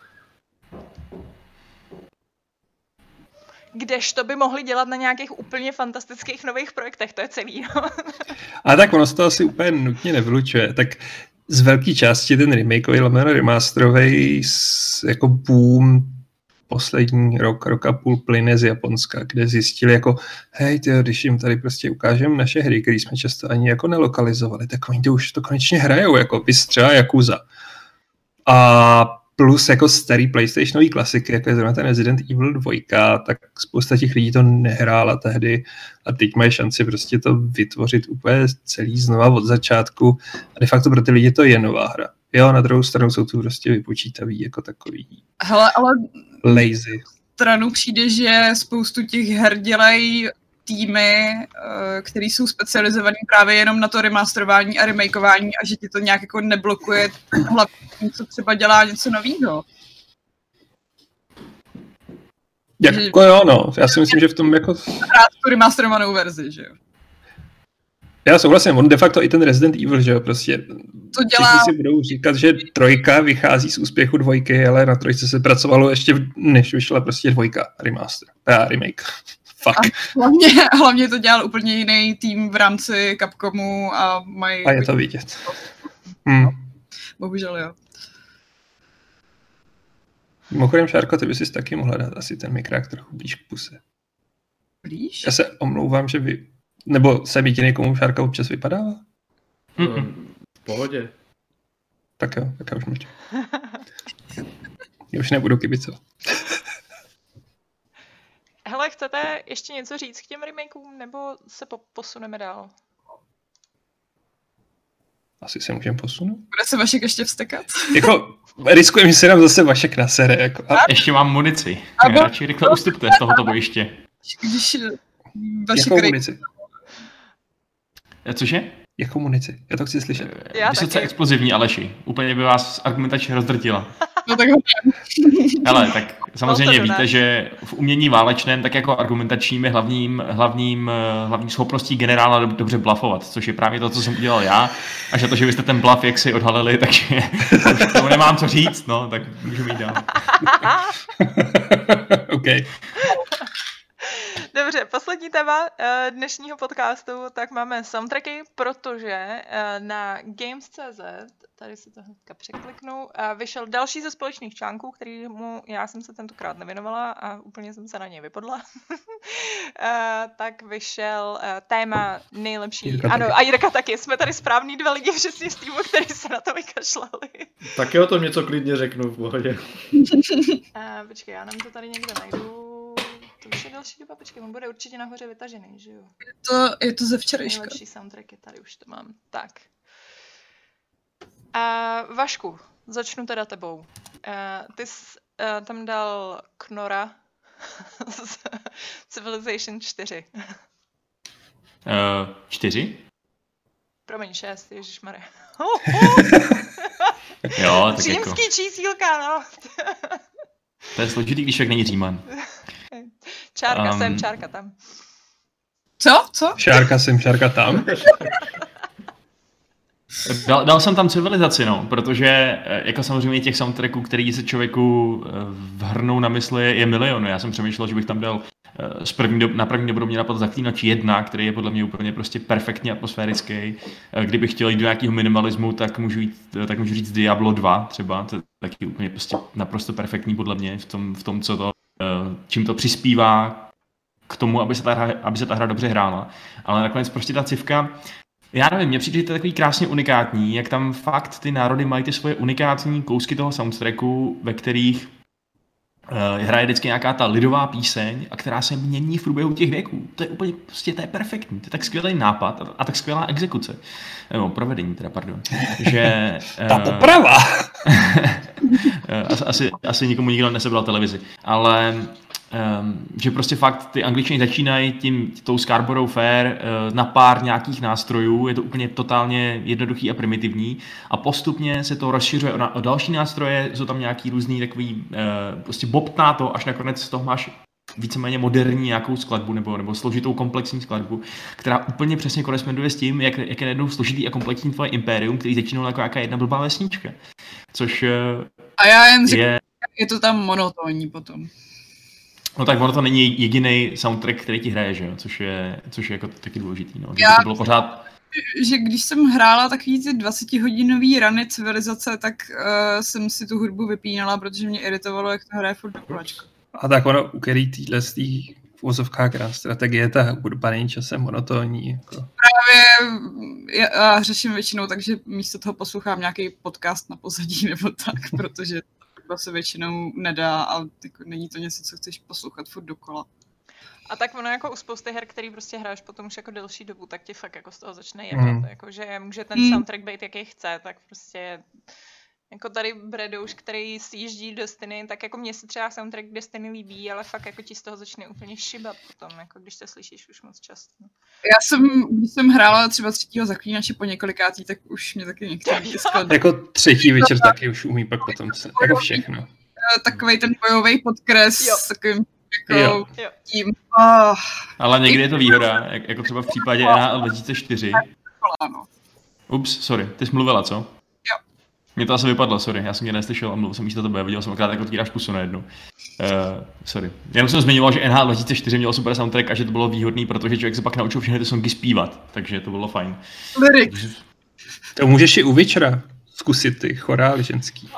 Kdežto by mohli dělat na nějakých úplně fantastických nových projektech, to je celý. No. A tak ono se to asi úplně nutně nevylučuje. Tak z velké části ten remakeový lomeno remasterový jako boom poslední rok a půl plyne z Japonska, kde zjistili jako hej, tyjo, když jim tady prostě ukážeme naše hry, které jsme často ani jako nelokalizovali, tak oni to už to konečně hrajou, jako třeba Yakuza. A plus jako starý PlayStationový klasiky, jako je zrovna ten Resident Evil 2, tak spousta těch lidí to nehrála tehdy a teď mají šanci prostě to vytvořit úplně celý znova od začátku a de facto pro ty lidi to je nová hra. Jo, na druhou stranu jsou tu prostě vypočítaví jako takový. Hele, ale lazy. Stranu přijde, že spoustu těch her dělají týmy, které jsou specializované právě jenom na to remasterování a remakeování a že ti to nějak jako neblokuje hlavně co třeba dělá něco novýho. Jako jo, no. Já si myslím, že v tom jako... Hrát tu remasterovanou verzi, že jo. Já souhlasím, on de facto i ten Resident Evil, že jo, prostě. To dělá... Všichni si budou říkat, že 3 vychází z úspěchu 2, ale na 3 se pracovalo ještě, než vyšla prostě 2 remaster, remake. Fuck. Hlavně to dělal úplně jiný tým v rámci Capcomu a mají... A je to vidět. Bohužel jo. Mimochodem, Šárko, ty bys si taky mohla dát asi ten mikrák trochu blíž k puse. Blíž? Já se omlouvám, že vy... Nebo jsem jediný, komu Šárka občas vypadává? V pohodě. Tak jo, tak já už mlčím. Já už nebudu kibicovat. Hele, chcete ještě něco říct k těm remakeům, nebo se posuneme dál? Asi se můžeme posunout. Bude se Vašek ještě vstekat? Jako, riskujeme, že se nám zase Vašek nasere. Jako. Ještě mám munici. Radši rychle ustupte z tohoto bojiště. Když Vašek... Jakou munici? Cože? Jakou munici? Já to chci slyšet. Vysoce explozivní, Aleši. Úplně by vás argumentačně rozdrtila. No tak hele, tak samozřejmě víte, že v umění válečném tak jako argumentačním je hlavní schopností generála dobře blufovat, což je právě to, co jsem udělal já. Až na to, že vy jste ten bluff jaksi odhalili, takže už tomu nemám co říct, no, tak můžeme jít dál. OK. Dobře, poslední téma dnešního podcastu, tak máme soundtracky, protože na Games.cz, tady si to hnedka překliknu, vyšel další ze společných článků, kterýmu já jsem se tentokrát nevěnovala a úplně jsem se na něj vypadla. Tak vyšel téma nejlepší, Jirka ano, taky. a Jirka taky, jsme tady správný 2 lidi přesně z týmu, který se na to vykašlali. Tak jo, to něco klidně řeknu v pohodě. Počkej, já nám to tady někde najdu. To už je další doba, počkej, on bude určitě nahoře vytažený, že jo? Je to ze včerejška. Nejlepší soundtracky, tady už to mám. Tak. Vašku, začnu teda tebou. Ty jsi tam dal Knora z Civilization 4. 4? Promiň, 6, ježišmarja. Jo, tak Římský jako... čísílka, no. To je složitý, když člověk není Říman. Čárka sem, čárka tam. Co? Šárka sem, šárka tam. Dal jsem tam civilizaci, no, protože jako samozřejmě těch soundtracků, který se člověku vhrnou na mysli, je milion. Já jsem přemýšlel, že bych tam dal na první dobu mě napadl Zaklínač 1, který je podle mě úplně prostě perfektně atmosférický. Kdybych chtěl jít do nějakého minimalismu, tak můžu říct Diablo 2 třeba, to je taky úplně prostě naprosto perfektní podle mě v tom co to, čím to přispívá k tomu, aby se ta hra dobře hrála. Ale nakonec prostě ta civka, já nevím, mně přijde, že to je takový krásně unikátní, jak tam fakt ty národy mají ty svoje unikátní kousky toho soundtracku, ve kterých hraje vždycky nějaká ta lidová píseň, a která se mění v průběhu těch věků. To je úplně, prostě to je perfektní, to je tak skvělý nápad a tak skvělá exekuce. Nebo provedení teda, pardon. Že... Ta poprava! asi nikomu nikdo nesebral televizi, ale že prostě fakt ty Angličani začínají tou Scarborough Fair na pár nějakých nástrojů, je to úplně totálně jednoduchý a primitivní a postupně se to rozšiřuje o další nástroje, jsou tam nějaký různý takový prostě bobtná to, až nakonec z toho máš víceméně moderní nějakou skladbu nebo složitou komplexní skladbu, která úplně přesně koresponduje s tím, jak je najednou složitý a komplexní tvoje impérium, který začínal jako jaká jedna blbá vesnička. Což a já jen řeknu, je to tam monotónní potom. No tak ono to není jediný soundtrack, který ti hraje, že jo? Což je jako taky důležitý. No. To bylo pořád... Že když jsem hrála takový ty 20hodinový rany civilizace, tak jsem si tu hudbu vypínala, protože mě iritovalo, jak to hraje furt do kolečka. A tak ono, u který týhle z té v uvozovkách strategie, ta hudba není časem monotónní. Jako. Právě já řeším většinou, takže místo toho poslouchám nějaký podcast na pozadí nebo tak, protože se většinou nedá a jako není to něco, co chceš poslouchat furt dokola. A tak ono jako u spousty her, který prostě hraješ potom už jako delší dobu, tak ti fakt jako z toho začne jebat. Jako, že může ten soundtrack být jaký chce, tak prostě jako tady Bredouš, který sjíždí Destiny, tak jako mně se třeba soundtrack Destiny líbí, ale fakt jako ti z toho začne úplně šibat potom, jako když to slyšíš už moc často. No. Když jsem hrála třeba 3. Zaklínače po několikátý, tak už mě taky některý skladby. Jako 3. večer taky už umí pak potom se, jako všechno. Takovej ten bojový podkres s takovým jako tím. Ale někdy je to výhoda, jako třeba v případě NHL 2004. Ups, sorry, ty jsi mluvila, co? Mně to asi vypadlo, sorry, já jsem tě neslyšel a mluvil jsem místo tebe, viděl jsem akorát, jak otvíráš pusu najednou. Sorry. Jenom jsem zmiňoval, že NHL 2004 měl super soundtrack a že to bylo výhodný, protože člověk se pak naučil všechny ty songy zpívat, takže to bylo fajn. To můžeš i u Witchera zkusit ty chorály ženský.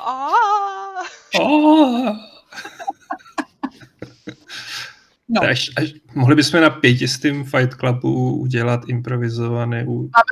No. Mohli bychom na 500. Fight Clubu udělat improvizovaný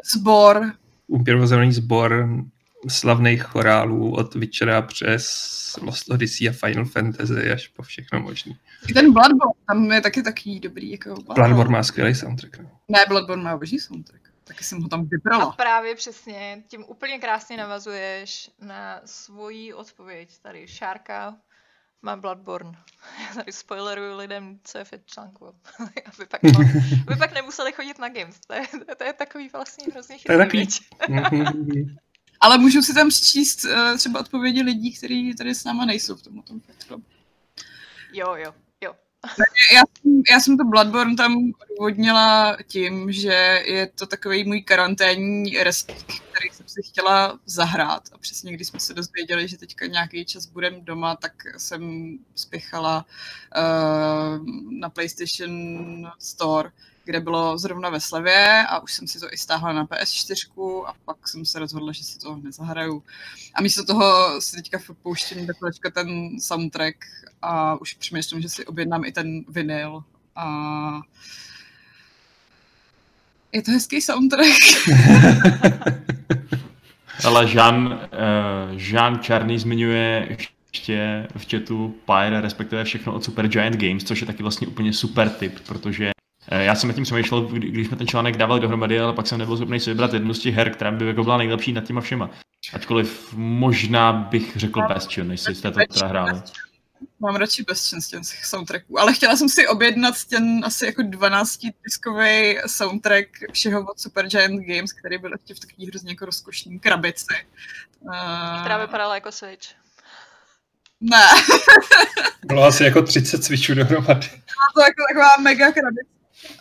sbor slavných chorálů od Witchera přes Lost Odyssey a Final Fantasy až po všechno možný. I ten Bloodborne, tam je taky dobrý. Jako Bloodborne má skvělý soundtrack. No. Ne, Bloodborne má boží soundtrack. Taky jsem ho tam vybrala. A právě přesně, tím úplně krásně navazuješ na svoji odpověď. Tady Šárka má Bloodborne. Já tady spoileruju lidem, co je v článku. Aby pak nemuseli chodit na Games. To je takový vlastně hrozně chytrý. Ale můžu si tam přečíst třeba odpovědi lidí, kteří tady s náma nejsou v tomto Fight. Jo. Já jsem to Bloodborne tam odvodnila tím, že je to takový můj karanténní respekt, který jsem si chtěla zahrát. A přesně když jsme se dozvěděli, že teďka nějaký čas budem doma, tak jsem spěchala na PlayStation Store, kde bylo zrovna ve slevě a už jsem si to i stáhla na PS4 a pak jsem se rozhodla, že si to nezahraju. A místo toho si teďka pouštím do kolečka ten soundtrack a už přemýšlím, že si objednám i ten vinyl a je to hezký soundtrack. Ale Jean Čarný zmiňuje ještě v chatu Pyre, respektive všechno od Supergiant Games, což je taky vlastně úplně super tip, protože já jsem nad tím přemýšlel, když jsme ten článek dávali dohromady, ale pak jsem nebyl schopný si vybrat jednu z těch her, která by jako byla nejlepší nad těma všema. Ačkoliv možná bych řekl Bastion, než si jste to teda hráli. Mám radši Bastion z těch soundtracků, ale chtěla jsem si objednat ten asi jako 12-diskový soundtrack všeho od Supergiant Games, který byl ještě v takový hrozně jako rozkošný krabici. Která vypadala jako Switch. Ne. Bylo asi jako 30 Switchů dohromady. Byla to jako taková mega krabice.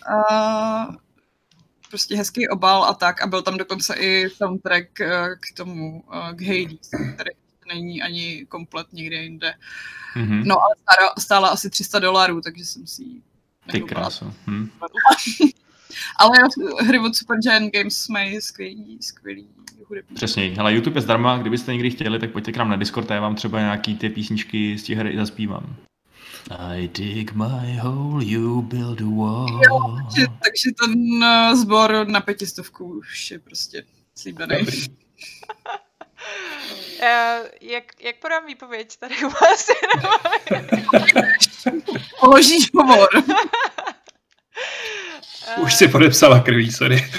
Prostě hezký obal a tak. A byl tam dokonce i soundtrack k tomu, k Hades, který není ani komplet nikde jinde. Mm-hmm. No ale stála asi $300, takže jsem si ji Ty krásu. Ale hry od Supergiant Games mají skvělý hudební. Přesně, ale YouTube je zdarma, kdybyste někdy chtěli, tak pojďte k nám na Discord a já vám třeba nějaký ty písničky z těch her i zaspívám. I dig my hole, you build a wall. Jo, takže ten sbor na 500 už je prostě slíbený. Jak podám výpověď tady u vás? Položíš hovor. Už si podepsala krví, sorry.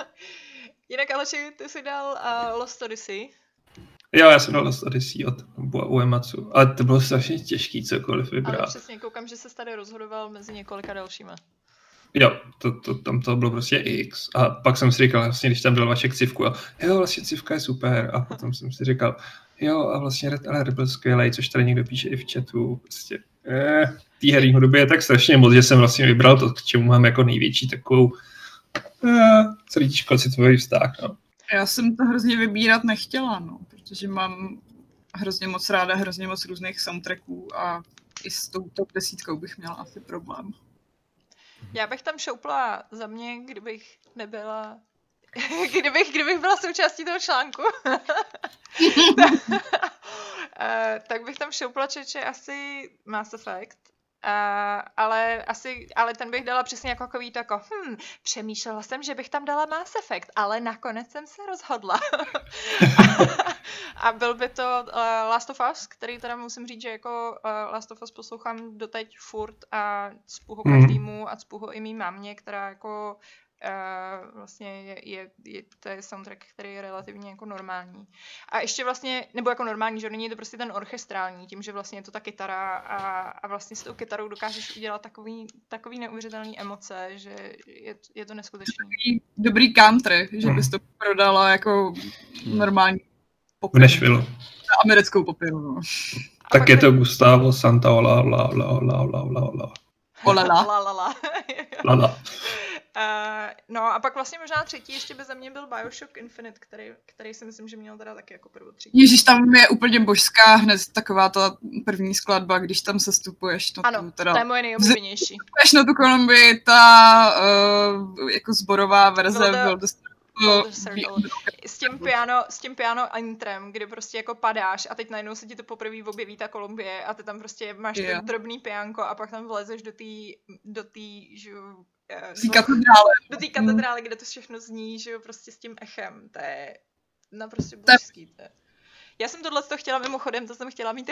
Jinak Aleši, ty jsi dal Lost Odyssey. Jo, já jsem dal Lost Odyssey od Uematsu. A to bylo strašně těžký cokoliv vybrat. Ale přesně, koukám, že se tady rozhodoval mezi několika dalšíma. Jo, tam to bylo prostě X. A pak jsem si říkal, vlastně, když tam byl Vašek Civku, a jo, vlastně Civka je super. A potom jsem si říkal, jo, a vlastně Red Alert byl skvělej, což tady někdo píše i v chatu. Prostě, tý herní hudby je tak strašně moc, že jsem vlastně vybral to, k čemu mám jako největší takovou celý citový vztah, no. Já jsem to hrozně vybírat nechtěla, no, protože mám hrozně moc ráda, hrozně moc různých soundtracků a i s tou top 10 bych měla asi problém. Já bych tam šoupla za mě, kdybych nebyla... kdybych byla součástí toho článku. Tak bych tam šoupla asi Mass Effect. Ale ten bych dala přesně jako takový tako, přemýšlela jsem, že bych tam dala Mass Effect, ale nakonec jsem se rozhodla. A byl by to Last of Us, který teda musím říct, že jako Last of Us poslouchám doteď furt a cpuho každému a cpuho i mý mámě, která jako vlastně to je soundtrack, který je relativně jako normální. A ještě vlastně, nebo jako normální, že není to prostě ten orchestrální, tím, že vlastně je to ta kytara a vlastně s tou kytarou dokážeš udělat takový neuvěřitelný emoce, že je to neskutečný. Dobrý country, že bys to prodala jako normální popinu. V Nashville. Americkou popinu, no. Tak je to Gustavo Santaola, la. No a pak vlastně možná třetí ještě beze mě byl Bioshock Infinite, který si myslím, že měl teda taky jako prvotřídní. Ježíš, tam je úplně božská hned taková ta první skladba, když tam sestupuješ. Ano, to je moje nejoblíbenější. Sestupuješ na tu Kolumbii, ta jako sborová verze byl s tím piano intrem, kdy prostě jako padáš a teď najednou se ti to poprvé objeví ta Kolumbie a ty tam prostě máš to drobný piánko a pak tam vlezeš do té katedrály, kde to všechno zní, že jo, prostě s tím echem, to je naprosto božský. Já jsem tohleto chtěla mimochodem, to jsem chtěla mít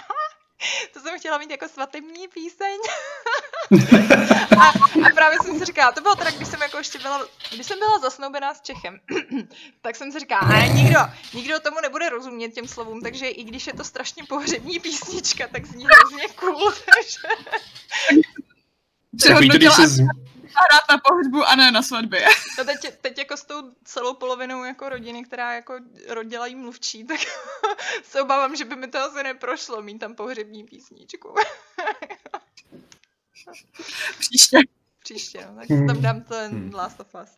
jako svatební píseň. a právě jsem si říkala, to bylo teda, když jsem byla zasnoubená s Čechem, tak jsem si říkala, nikdo tomu nebude rozumět těm slovům, takže i když je to strašně pohřební písnička, tak zní hrozně cool, takže... Přehodnotila hrát na pohřbu a ne na svatbě. No teď jako s tou celou polovinou jako rodiny, která jako dělají mluvčí, tak se obávám, že by mi to asi neprošlo mít tam pohřební písničku. Příště, no, tak tam dám ten Last of Us.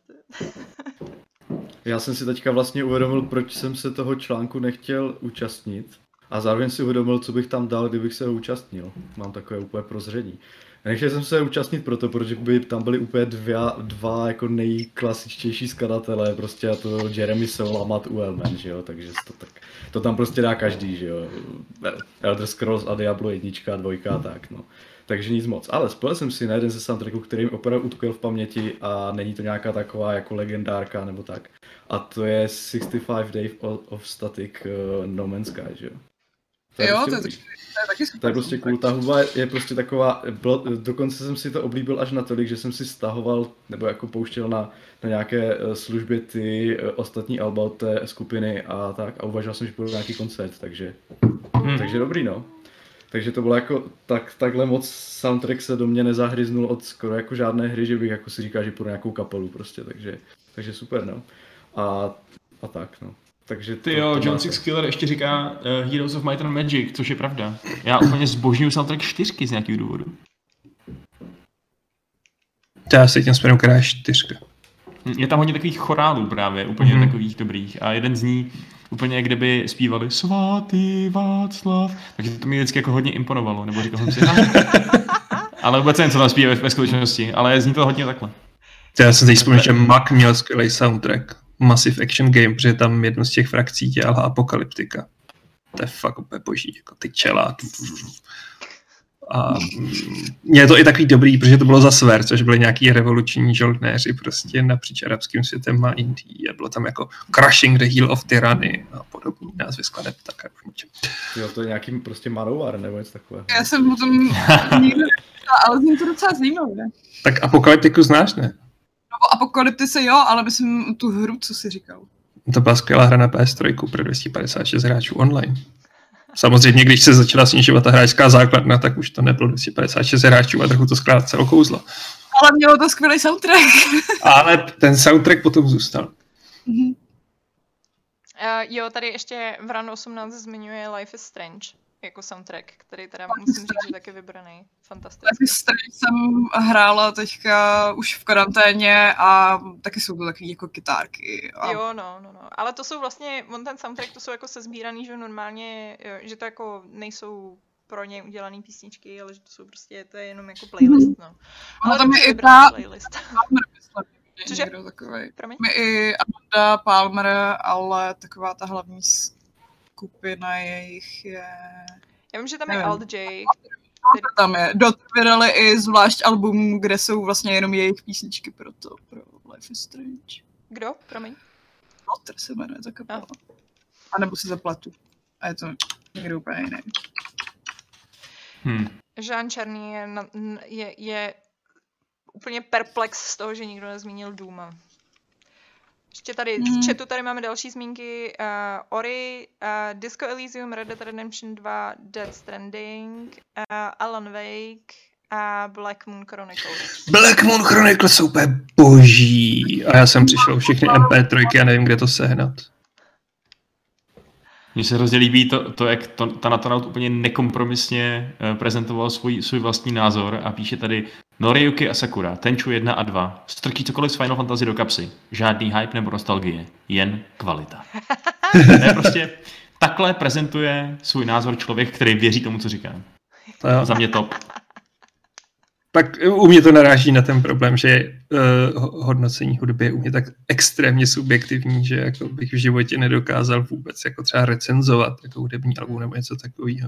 Já jsem si teďka vlastně uvědomil, proč jsem se toho článku nechtěl účastnit a zároveň si uvědomil, co bych tam dal, kdybych se ho účastnil. Mám takové úplně prozření. Nechtěl jsem se účastnit proto, protože by tam byly úplně dva jako nejklasičtější skladatelé, prostě a to Jeremy Soule a Matt Uelmen, že jo, takže to tam prostě dá každý, že jo. Elder Scrolls a Diablo 1 a 2 a tak, no. Takže nic moc, ale spojil jsem si na jeden ze soundtracků, který mi opravdu utkvěl v paměti a není to nějaká taková jako legendárka nebo tak. A to je 65 Days of Static No Man's Sky, že jo. To je taky super. To je prostě cool, ta hudba je prostě taková, dokonce jsem si to oblíbil až natolik, že jsem si stahoval, nebo jako pouštěl na nějaké službě ty ostatní alba od té skupiny a tak a uvažoval jsem, že půjdu nějaký koncert, takže dobrý, no. Takže to bylo jako, takhle moc soundtrack se do mě nezahryznul od skoro jako žádné hry, že bych jako si říkal, že půjdu nějakou kapelu prostě, takže super, no. A tak, no. Takže John Six Killer ještě říká Heroes of Might and Magic, což je pravda. Já úplně zbožňuju soundtrack 4 z nějakého důvodu. Já se tím směrem, která je 4. Je tam hodně takových chorálů právě, úplně takových dobrých. A jeden z ní úplně kdyby zpívali Svatý Václav, takže to mi vždycky jako hodně imponovalo, nebo říkal jsem si, ale vůbec nevím, co tam zpívají ve skutečnosti, ale zní to hodně takhle. Já jsem teď vzpomněl, že Mac měl skvělý soundtrack. Massive Action Game, protože tam jednu z těch frakcí dělala Apokalyptika. To je fakt úplně boží, jako ty čela. A je to i takový dobrý, protože to bylo za sver, což byly nějaký revoluční žoldnéři prostě napříč arabským světem a Indií. A bylo tam jako Crushing the Heel of Tyranny a podobný názvy skladeb. Tak jo, to je nějaký prostě Manowar nebo něco takového. Já jsem o tom nikdy ale zní to docela zajímavé. Tak Apokalyptiku znáš, ne? No, Apokalyptice jo, ale myslím tu hru, co jsi říkal. To byla skvělá hra na PS3 pro 256 hráčů online. Samozřejmě, když se začala snižovat ta hráčská základna, tak už to nebylo 256 hráčů a trochu to zkrátilo kouzlo. Ale mělo to skvělý soundtrack. Ale ten soundtrack potom zůstal. Mm-hmm. Jo, tady ještě v Run 18 zmiňuje Life is Strange jako soundtrack, který teda musím říct, že taky vybraný. Fantastický. Life is Strange jsem hrála teďka už v karanténě a taky jsou to takový jako kytárky. A... Jo, no. Ale to jsou vlastně, ten soundtrack, to jsou jako sesbíraný, že normálně, že to jako nejsou pro ně udělaný písničky, ale že to jsou prostě, to je jenom jako playlist, no. Ale tam je i ta... playlist. Cože? My i Amanda Palmer, ale taková ta hlavní skupina jejich je... Já vím, že tam je Alt J. Tam je. Vydali i zvlášť album, kde jsou vlastně jenom jejich písničky pro Life is Strange. Kdo? Promiň. Dotr se jmenuje ta kapela. A nebo si zapletu. A je to někdo úplně jiný. Jean Černý je úplně perplex z toho, že nikdo nezmínil Dooma. Ještě tady v chatu tady máme další zmínky. Ori, Disco Elysium, Red Dead Redemption 2, Death Stranding, Alan Wake a Black Moon Chronicles. Black Moon Chronicles jsou úplně boží. A já jsem přišel všechny MP3 a nevím, kde to sehnat. Mně se hrozně líbí to jak Tanatonaut úplně nekompromisně prezentoval svůj vlastní názor a píše tady Noriyuki a Sakura, Tenchu 1 a 2, strčí cokoliv z Final Fantasy do kapsy. Žádný hype nebo nostalgie, jen kvalita. To je prostě, takhle prezentuje svůj názor člověk, který věří tomu, co říká. Za mě top. Pak u mě to naráží na ten problém, že hodnocení hudby je u mě tak extrémně subjektivní, že jako bych v životě nedokázal vůbec jako třeba recenzovat jako hudební album nebo něco takového.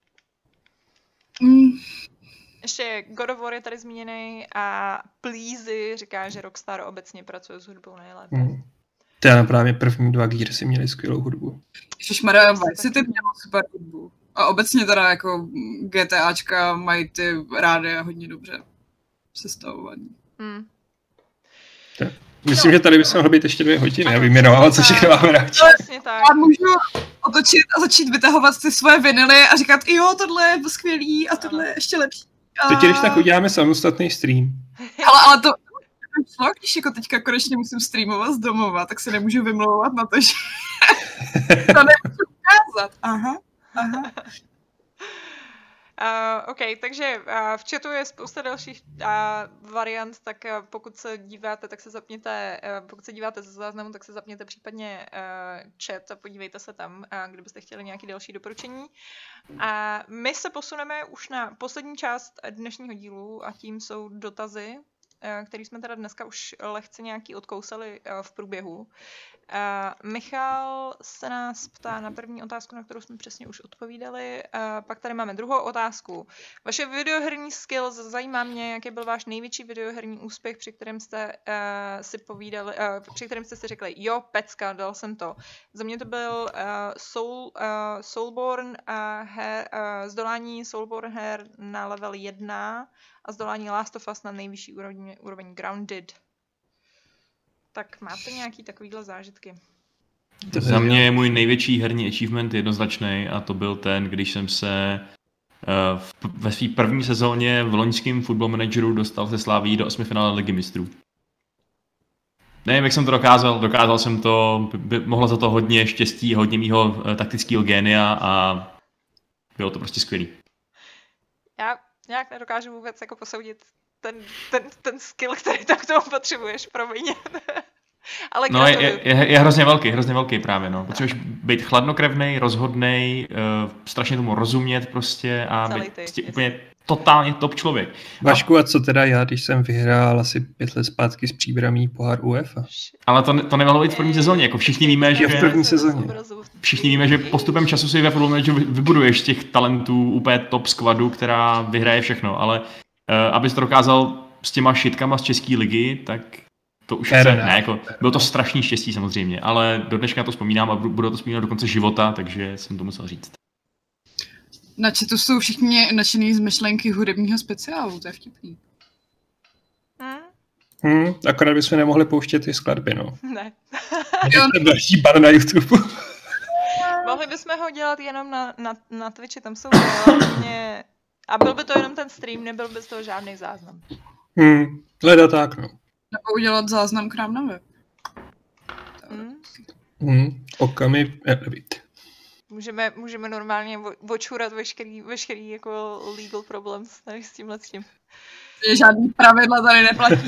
Ještě God of War je tady zmíněný a Pleasy říká, že Rockstar obecně pracuje s hudbou nejlépe. To já právě první 2 Gearsy měli skvělou hudbu. Ježišmarja, Vice City měla super hudbu. A obecně teda jako GTAčka mají ty rády a hodně dobře sestavovaný. Myslím, že tady by se mohlo být ještě 2 hodiny a vyjmenovávat, co všechno máme rádi. A můžu otočit a začít vytahovat ty svoje vinily a říkat, jo, tohle je skvělý a tohle je ještě lepší. To když tak uděláme samostatný stream. Ale to šlo, když jako teďka konečně musím streamovat z domova, tak se nemůžu vymlouvat na to, že to nemůžu ukázat. Aha. OK, takže v chatu je spousta dalších variant, tak pokud se díváte, tak se zapněte, pokud se díváte ze záznamu, tak se zapněte případně chat a podívejte se tam, kdybyste chtěli nějaké další doporučení. A my se posuneme už na poslední část dnešního dílu a tím jsou dotazy, který jsme teda dneska už lehce nějaký odkousali v průběhu. Michal se nás ptá na první otázku, na kterou jsme přesně už odpovídali. Pak tady máme druhou otázku. Vaše videoherní skills, zajímá mě, jaký byl váš největší videoherní úspěch, při kterém jste si povídali, při kterém jste si řekli, jo, pecka, dal jsem to. Za mě to byl Soulborn zdolání Soulborn her na level 1 a zdolání Last of Us na nejvyšší úroveň Grounded. Tak máte nějaký takovýhle zážitky? Za mě je můj největší herní achievement jednoznačný a to byl ten, když jsem se ve své první sezóně v loňském Football Manageru dostal se Slaví do 8. finále Ligy mistrů. Nevím, jak jsem to dokázal jsem to, mohlo za to hodně štěstí, hodně mýho taktického génia a bylo to prostě skvělý. Já nějak nedokážu vůbec jako posoudit ten skill, který tam k tomu potřebuješ, promiň. Ale no je hrozně velký právě, no. Potřebuješ být chladnokrevnej, rozhodnej, strašně tomu rozumět prostě a být prostě úplně totálně top člověk. Vašku, a co teda já, když jsem vyhrál asi 5 let zpátky s Příbramí pohár UEFA? Ale to nemohlo být v první sezóně, jako všichni víme, že v první sezóně. Všichni víme, že postupem času si ve Football Manageru vybuduješ těch talentů úplně top squadu, která vyhraje všechno, ale abys to dokázal s těma šitkama z české ligy, tak to už bylo to strašný štěstí samozřejmě, ale do dneška to vzpomínám a budu to vzpomínat do konce života, takže jsem to musel říct. Na chatu jsou všichni nadšený z myšlenky hudebního speciálu, to je vtipný. Akorát bychom nemohli pouštět ty skladby, no. Ne. Je to další ban na YouTube. Mohli bychom ho dělat jenom na Twitchi, tam jsou vlastně... A byl by to jenom ten stream, nebyl by z toho žádný záznam. Hleda tak, no. Nebo udělat záznam k nám na web. Okami Elevit. Můžeme normálně očurat veškerý jako legal problems tady s tímhle s tím. Žádný pravidla tady neplatí.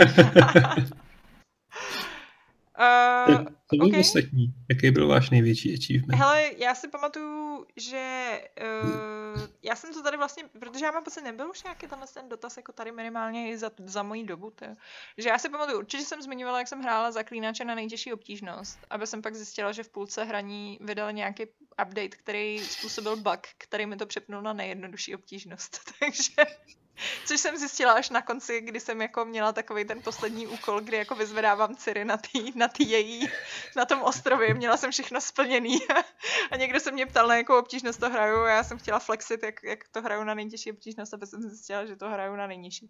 To byl ostatní. Jaký byl váš největší achievement? Hele, já si pamatuju, že já jsem to tady vlastně, protože já mám pocit, nebyl už nějaký ten dotaz jako tady minimálně i za mojí dobu, že já si pamatuju, určitě jsem zmiňovala, jak jsem hrála Zaklínače na nejtěžší obtížnost, aby jsem pak zjistila, že v půlce hraní vydali nějaký update, který způsobil bug, který mi to přepnul na nejjednodušší obtížnost, takže... Což jsem zjistila až na konci, kdy jsem jako měla takový ten poslední úkol, kdy jako vyzvedávám Ciri na tom ostrově, měla jsem všechno splněný a někdo se mě ptal, na jakou obtížnost to hraju a já jsem chtěla flexit, jak to hraju na nejtěžší obtížnost, aby jsem zjistila, že to hraju na nejnižší.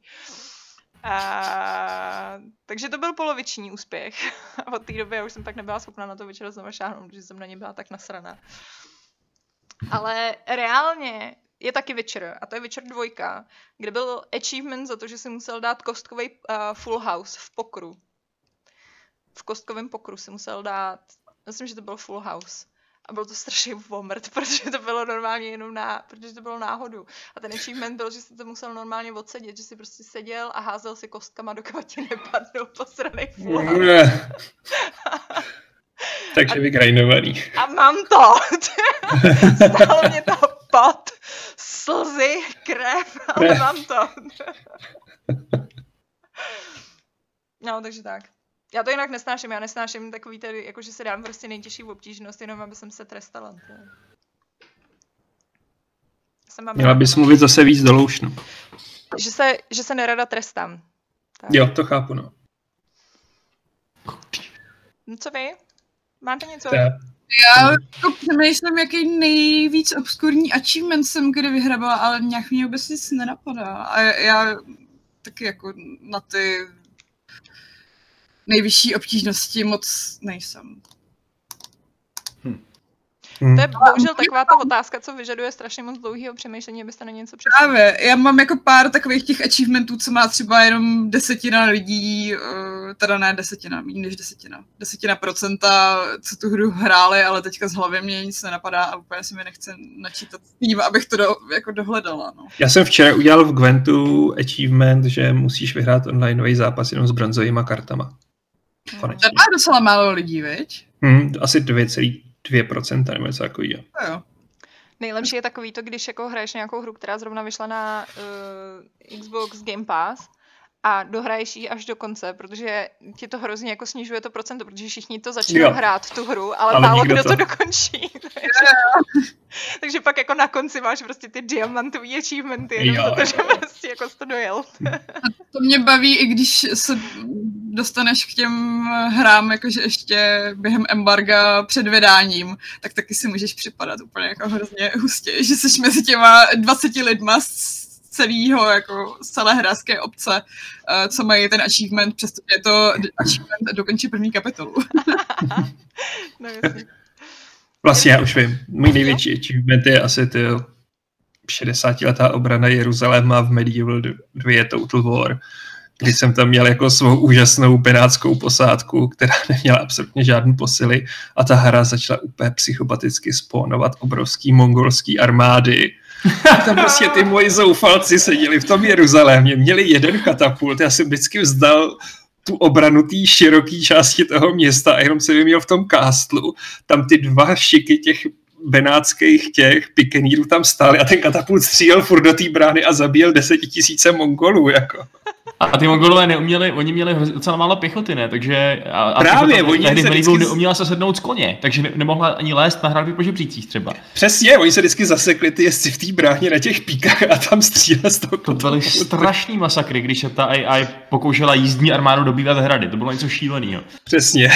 Takže to byl poloviční úspěch. Od té doby já už jsem pak nebyla schopná na to večer znovu šáhnout, protože jsem na ně byla tak nasraná. Ale reálně je taky Witcher, a to je Witcher 2, kde byl achievement za to, že si musel dát kostkový full house v pokru. V kostkovém pokru si musel dát, myslím, že to byl full house. A byl to strašně vomrt, protože to bylo normálně jenom protože to bylo náhodou. A ten achievement byl, že si to musel normálně odsedět, že si prostě seděl a házel si kostkama, dokud ti nepadnou posranej full house. Takže vygrindovaný. A mám to! Stálo mě to pot, slzy, krev, ale mám to. No, takže tak. Já to jinak nesnáším, já nesnáším takový tedy, jakože se dám prostě nejtěžší obtížnost, jenom aby jsem se trestala. Měla bys mluvit zase víc do loušnu. Že se nerada trestám. Tak. Jo, to chápu, no. No co vy? Máte něco? Já jako přemýšlím, jaký nejvíc obskurní achievement jsem kdy vyhrabala, ale nějak mě vůbec nic nenapadá. A já taky jako na ty nejvyšší obtížnosti moc nejsem. To je bohužel taková ta otázka, co vyžaduje strašně moc dlouhého přemýšlení, abyste na něco přišli. Právě, já mám jako pár takových těch achievementů, co má třeba jenom 10% lidí, teda ne 10%, méně než 10%, co tu hru hráli, ale teďka z hlavy mě nic nenapadá a úplně se mi nechce načítat s tím, abych to jako dohledala. No. Já jsem včera udělal v Gwentu achievement, že musíš vyhrát onlineový zápas jenom s bronzovýma kartama. To má docela málo lidí, viď? Asi 2% nebo něco takového. Jo. Nejlepší je takový to, když jako hraješ nějakou hru, která zrovna vyšla na Xbox Game Pass a dohraješ ji až do konce, protože ti to hrozně jako snižuje to procento, protože všichni to začnou hrát tu hru, ale málo kdo to dokončí. Takže pak jako na konci máš prostě ty diamantový achievementy, jenom protože prostě jako jsi to dojel. To mě baví, i když se dostaneš k těm hrám, jakože ještě během embarga před vydáním, tak taky si můžeš připadat úplně jako hrozně hustě, že jsi mezi těma 20 lidma z celé hráčské obce, co mají ten achievement, přestože je to achievement dokončí první kapitolu. No jasně. Vlastně já už vím, můj největší achievement je asi 60letá obrana Jeruzaléma v Medieval 2 Total War, kdy jsem tam měl jako svou úžasnou benátskou posádku, která neměla absolutně žádný posily a ta hra začala úplně psychopaticky spónovat obrovský mongolský armády. Tam prostě ty moji zoufalci seděli v tom Jeruzalémě, měli jeden katapult, já jsem vždycky vzdal tu obranu té široké části toho města a jenom jsem měl v tom kástlu. Tam ty dva šiky těch benátských pikenírů tam stály a ten katapult střílel furt do té brány a zabíjel 10 000 Mongolů, jako. A ty Mongolové neuměli, oni měli docela málo pěchoty, ne? Takže právě, oni tehdy vždycky neuměla se sednout z koně, takže nemohla ani lézt na hradby po žebřících třeba. Přesně, oni se vždycky zasekli ty jezdci v té bráně na těch píkách a tam stříleli z toho. To byly strašný masakry, když se ta AI pokoušela jízdní armádu dobývat hrady, to bylo něco šílenýho. Přesně.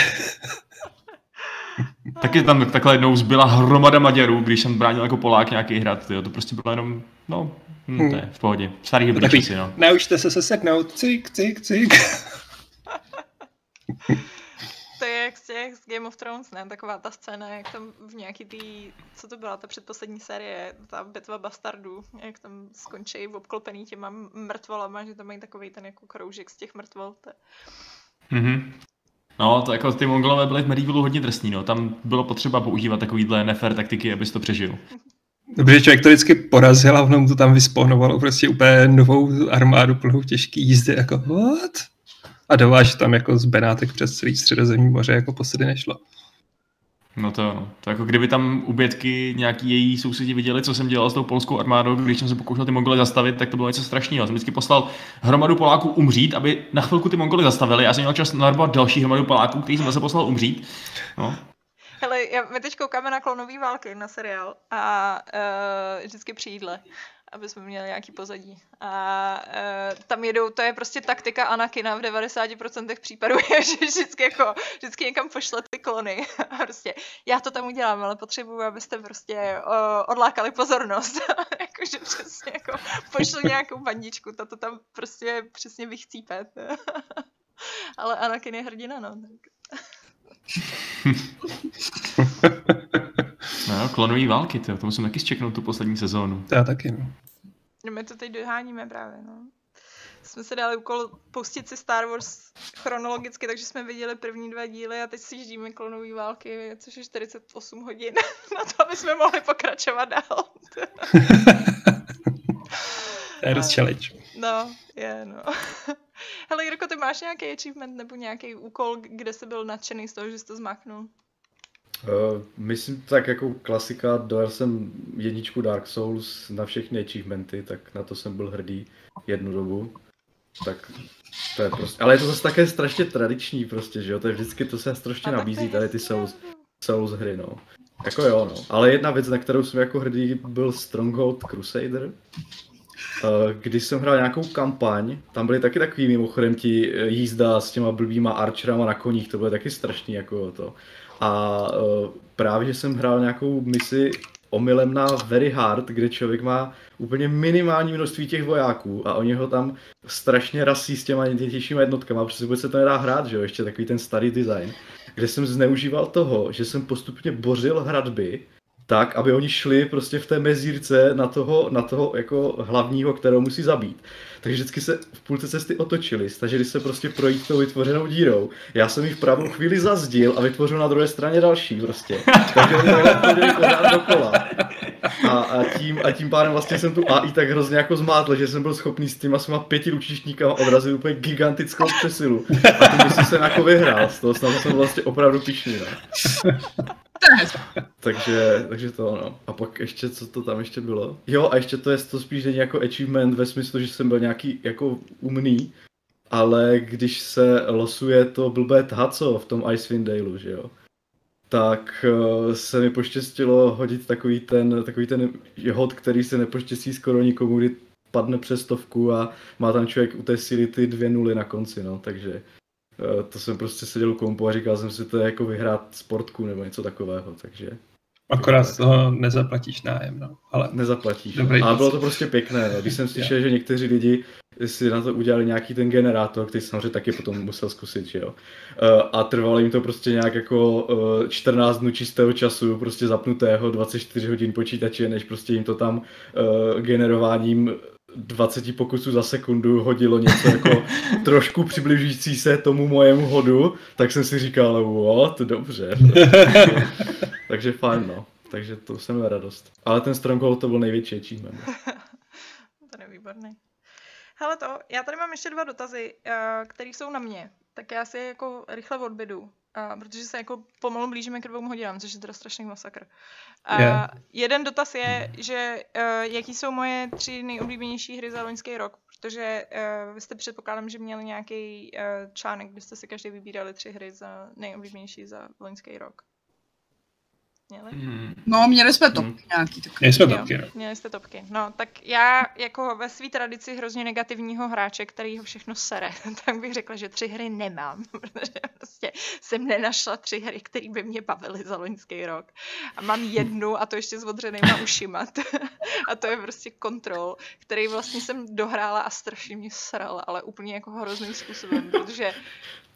Taky tam takhle jednou zbyla hromada Maďarů, když jsem bránil jako Polák nějaký hrad, tyjo. To prostě bylo jenom, to je v pohodě, starý dobrý časy, no. Naučte se seseknout, cik. To je jak z Game of Thrones, ne? Taková ta scéna, jak tam v nějaký tý, co to byla, ta předposlední série, ta bitva bastardů, jak tam skončí obklopený těma mrtvolama, že tam mají takovej ten jako kroužek z těch mrtvol. Mhm. No, to jako ty Mongolové byly v Medievalu hodně drsní, no. Tam bylo potřeba používat takovýhle nefér taktiky, abys to přežil. Dobře, člověk to vždycky porazil a v to tam vyspawnovalo prostě úplně novou armádu plnou těžký jízdy, jako what? A dováž tam jako z Benátek přes celý Středozemní moře, jako posedy nešlo. No to jako kdyby tam u Bětky nějaký její sousedi viděli, co jsem dělal s tou polskou armádou, když jsem se pokoušel ty Mongoly zastavit, tak to bylo něco strašného. Jsem vždycky poslal hromadu Poláků umřít, aby na chvilku ty Mongoly zastavili. Já jsem měl čas narvat další hromadu Poláků, který jsem zase poslal umřít. No. Hele, my teď koukáme na Klonové války, na seriál a vždycky při jídle, aby jsme měli nějaký pozadí. A tam jedou, to je prostě taktika Anakina v 90% případů, je, že vždycky někam pošle ty klony. A prostě, já to tam udělám, ale potřebuju, abyste prostě odlákali pozornost. Jakože přesně jako pošlu nějakou bandičku, to tam prostě přesně vychcípe. Ale Anakin je hrdina, no. No, Klonový války, to musím taky zčeknout tu poslední sezónu. To já taky, no. My to teď doháníme právě, no. Jsme se dali úkol pustit si Star Wars chronologicky, takže jsme viděli první 2 díly a teď si žijeme Klonový války, což je 48 hodin na to, aby jsme mohli pokračovat dál. To je dost challenge. No, je, no. Hele, Jirko, ty máš nějaký achievement nebo nějaký úkol, kde jsi byl nadšený z toho, že jsi to zmáknul? Myslím tak jako klasika, dal jsem 1 Dark Souls na všechny achievementy, tak na to jsem byl hrdý jednu dobu. Tak to je prostě, ale je to zase také strašně tradiční prostě, že jo, to je vždycky, to se strašně nabízí tady ty Souls hry, no. Jako jo, no. Ale jedna věc, na kterou jsem jako hrdý, byl Stronghold Crusader. Když jsem hrál nějakou kampaň, tam byly taky takový mimochodem ti jízda s těma blbýma archerama na koních, to bylo taky strašný jako to. A právě, že jsem hrál nějakou misi omylem na Very Hard, kde člověk má úplně minimální množství těch vojáků a oni ho tam strašně rasí s těma nejtěžšíma jednotkama, protože vůbec se to nedá hrát, že jo, ještě takový ten starý design, kde jsem zneužíval toho, že jsem postupně bořil hradby, tak, aby oni šli prostě v té mezírce na toho jako hlavního, kterého musí zabít. Takže vždycky se v půlce cesty otočili, snažili se prostě projít tou vytvořenou dírou. Já jsem ji v pravou chvíli zazdil a vytvořil na druhé straně další prostě. Takže oni takhle pořád dokola. A tím pádem vlastně jsem tu AI tak hrozně jako zmátl, že jsem byl schopný s těma svýma 5 lučišníkama odrazit úplně gigantickou přesilu. A tím bych se jako vyhrál, z toho snad jsem vlastně opravdu pyšný. Takže to ono. A pak ještě, co to tam ještě bylo? Jo, a ještě to spíš není jako achievement ve smyslu, že jsem byl nějaký jako umný, ale když se losuje to blbé thaco v tom Icewind Daleu, že jo, tak se mi poštěstilo hodit takový ten hod, který se nepoštěstí skoro nikomu, kdy padne přes 100 a má tam člověk u té síly ty 2 nuly na konci, no, takže to jsem prostě seděl u kompu a říkal jsem si, to je jako vyhrát sportku nebo něco takového, takže... Akorát z toho nezaplatíš nájem, no. Ale... Nezaplatíš, no. Ale bylo to prostě pěkné, no. Když jsem slyšel, že někteří lidi si na to udělali nějaký ten generátor, který samozřejmě taky potom musel zkusit, že jo. A trvalo jim to prostě nějak jako 14 dnů čistého času, prostě zapnutého, 24 hodin počítače, než prostě jim to tam generováním 20 pokusů za sekundu hodilo něco jako trošku přibližující se tomu mojemu hodu, tak jsem si říkal, what, dobře. Takže fajn, no. Takže to jsem měl radost. Ale ten Stronghold to byl největší achievement. To je výborný. Hele já tady mám ještě 2 dotazy, které jsou na mě. Tak já si jako rychle odbydu. Protože se jako pomalu blížíme k 2 hodinám, což je teda strašný masakr. Jeden dotaz je, že jaký jsou moje 3 nejoblíbenější hry za loňský rok, protože vy jste předpokládám, že měli nějaký článek, kde jste si každý vybírali 3 hry za nejoblíbenější za loňský rok. Měli? No, měli jsme topky nějaký. Měli jste topky. No, tak já jako ve své tradici hrozně negativního hráče, který ho všechno sere, tak bych řekla, že 3 hry nemám, protože prostě jsem nenašla 3 hry, které by mě bavily za loňský rok. A mám 1 a to ještě s odřenýma ušima. A to je prostě Control, který vlastně jsem dohrála a strašně mě sral, ale úplně jako hrozným způsobem, protože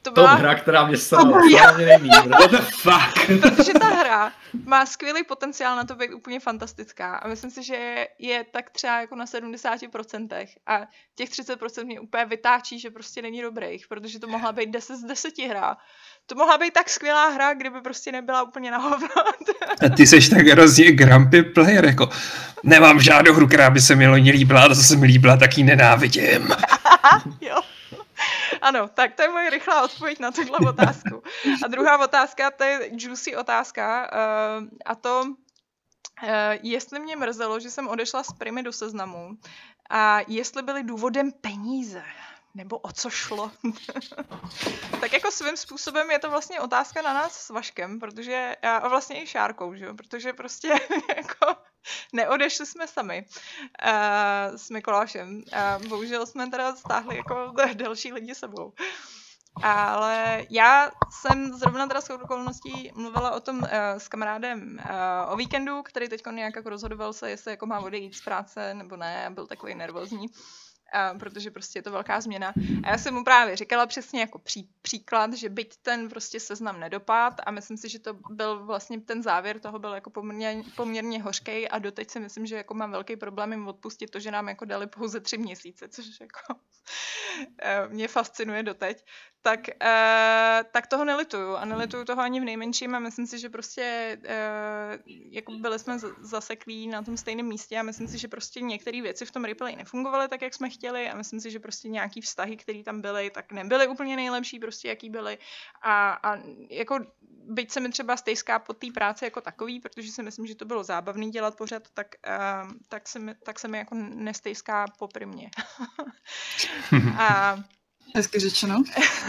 To byla hra, která mě srala nejmíň. What the fuck? Protože ta hra má skvělý potenciál na to být úplně fantastická a myslím si, že je tak třeba jako na 70% a těch 30% mě úplně vytáčí, že prostě není dobrých, protože to mohla být 10 z 10 hra. To mohla být tak skvělá hra, kdyby prostě nebyla úplně na hovno. A ty seš tak hrozně grumpy player, jako nemám žádnou hru, která by se mi líbila, a to, co se mi líbila, tak ji nenávidím. Jo. Ano, tak to je moje rychlá odpověď na tuhle otázku. A druhá otázka, to je juicy otázka, a to, jestli mě mrzelo, že jsem odešla z Primy do Seznamu a jestli byly důvodem peníze. Nebo o co šlo? Tak jako svým způsobem je to vlastně otázka na nás s Vaškem, protože, a vlastně i Šárkou, že jo? Protože prostě jako neodešli jsme sami s Mikulášem. Bohužel jsme teda stáhli jako další lidi sebou. Ale já jsem zrovna teda shodou okolností mluvila o tom s kamarádem o víkendu, který teď nějak jako rozhodoval se, jestli jako má odejít z práce nebo ne, a byl takový nervózní. Protože prostě je to velká změna. A já jsem mu právě říkala přesně jako příklad, že byť ten prostě seznam nedopad a myslím si, že to byl vlastně ten závěr toho byl jako poměrně hořkej a doteď si myslím, že jako mám velký problém jim odpustit to, že nám jako dali pouze 3 měsíce, což jako mě fascinuje doteď. Tak toho nelituju a nelituju toho ani v nejmenším a myslím si, že prostě jako byli jsme zaseklí na tom stejném místě a myslím si, že prostě některé věci v tom replay nefungovaly tak, jak jsme chtěli a myslím si, že prostě nějaký vztahy, které tam byly, tak nebyly úplně nejlepší, prostě jaký byly a jako byť se mi třeba stejská po té práci jako takový, protože si myslím, že to bylo zábavný dělat pořád, tak se mi jako nestejská po Primě. Hezky řečeno.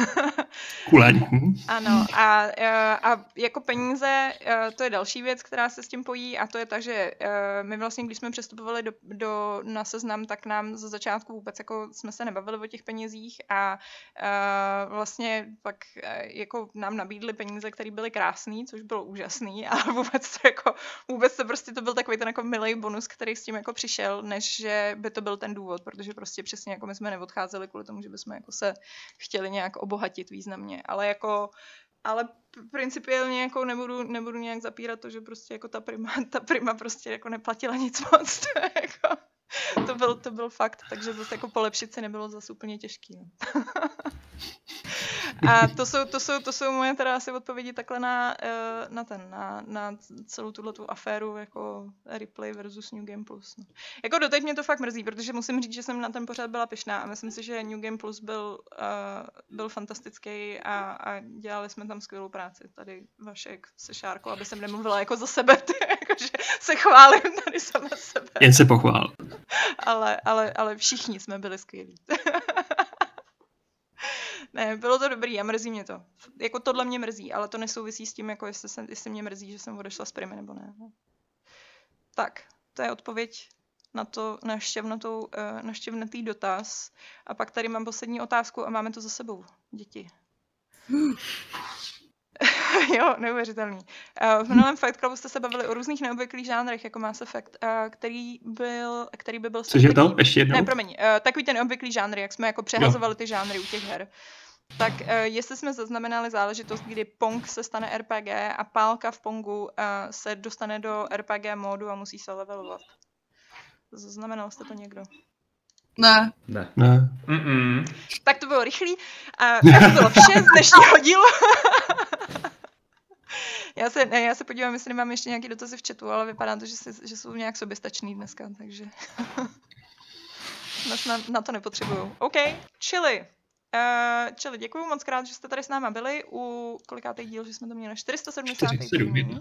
Ano, a jako peníze, to je další věc, která se s tím pojí a to je tak, že my vlastně, když jsme přestupovali na Seznam, tak nám ze začátku vůbec jako jsme se nebavili o těch penězích a vlastně pak jako nám nabídli peníze, které byly krásný, což bylo úžasný, ale vůbec to prostě to byl takový ten jako milej bonus, který s tím jako přišel, než že by to byl ten důvod, protože prostě přesně jako my jsme neodcházeli kvůli tomu, že bychom jako se chtěli nějak obohatit významně, ale principiálně jako nebudu nějak zapírat to, že prostě jako ta prima prostě jako neplatila nic moc. To byl fakt, takže zase jako polepšit se nebylo zase úplně těžký. No. A to jsou moje teda asi odpovědi takhle na celou tuhletu aféru jako Replay versus New Game Plus. No. Jako doteď mě to fakt mrzí, protože musím říct, že jsem na ten pořad byla pyšná a myslím si, že New Game Plus byl fantastický a dělali jsme tam skvělou práci. Tady Vašek se Šárkou, aby jsem nemluvila jako za sebe, jakože se chválím tady sama sebe. Jen se pochvál. Ale všichni jsme byli skvělí. Ne, bylo to dobrý a mrzí mě to. Jako tohle mě mrzí, ale to nesouvisí s tím, jako jestli mě mrzí, že jsem odešla z Primy nebo ne. Tak, to je odpověď na to na šťavnatý dotaz. A pak tady mám poslední otázku a máme to za sebou, děti. Jo, neuvěřitelný. V minulém Fight Clubu jste se bavili o různých neobvyklých žánrech, jako Mass Effect, který by byl... Což je to? Ještě jednou? Ne, promiň. Takový ten neobvyklý žánry, jak jsme jako přehazovali ty žánry u těch her. Tak jestli jsme zaznamenali záležitost, kdy Pong se stane RPG a pálka v Pongu se dostane do RPG módu a musí se levelovat. Zaznamenal jste to někdo? Ne. Tak to bylo rychlý. Tak to bylo vše z dnešního dílu. Já se podívám, jestli nemám ještě nějaký dotazy v chatu, ale vypadá to, že jsou nějak soběstačný dneska, takže na to nepotřebuju. OK, Chili, děkuju moc krát, že jste tady s náma byli u kolikátej díl, že jsme to měli 470.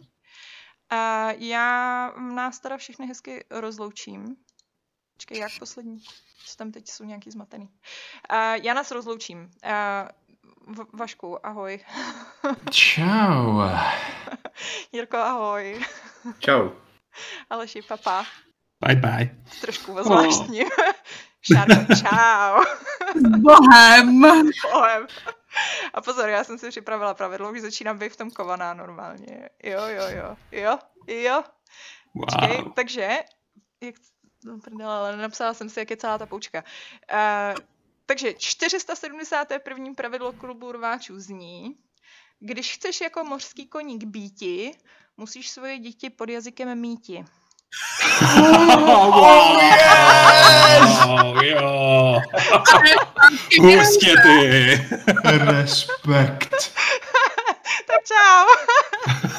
Já nás teda všechny hezky rozloučím. Počkej, jak poslední? Tam teď jsou nějaký zmatený. Já nás rozloučím. Vašku, ahoj. Čau. Jirko, ahoj. Čau. Aleši, papa. Bye bye. Trošku zvláštní. Šárko, čau. Bohem. A pozor, já jsem si připravila pravidlo, už začínám být v tom kovaná normálně. Jo. Wow. Počkej, takže, ale nenapsala jsem si, jak je celá ta poučka. Takže 471. pravidlo klubu rváčů zní: když chceš jako mořský koník býti, musíš svoje děti pod jazykem míti. Hustě ty. Respekt. Tak čau.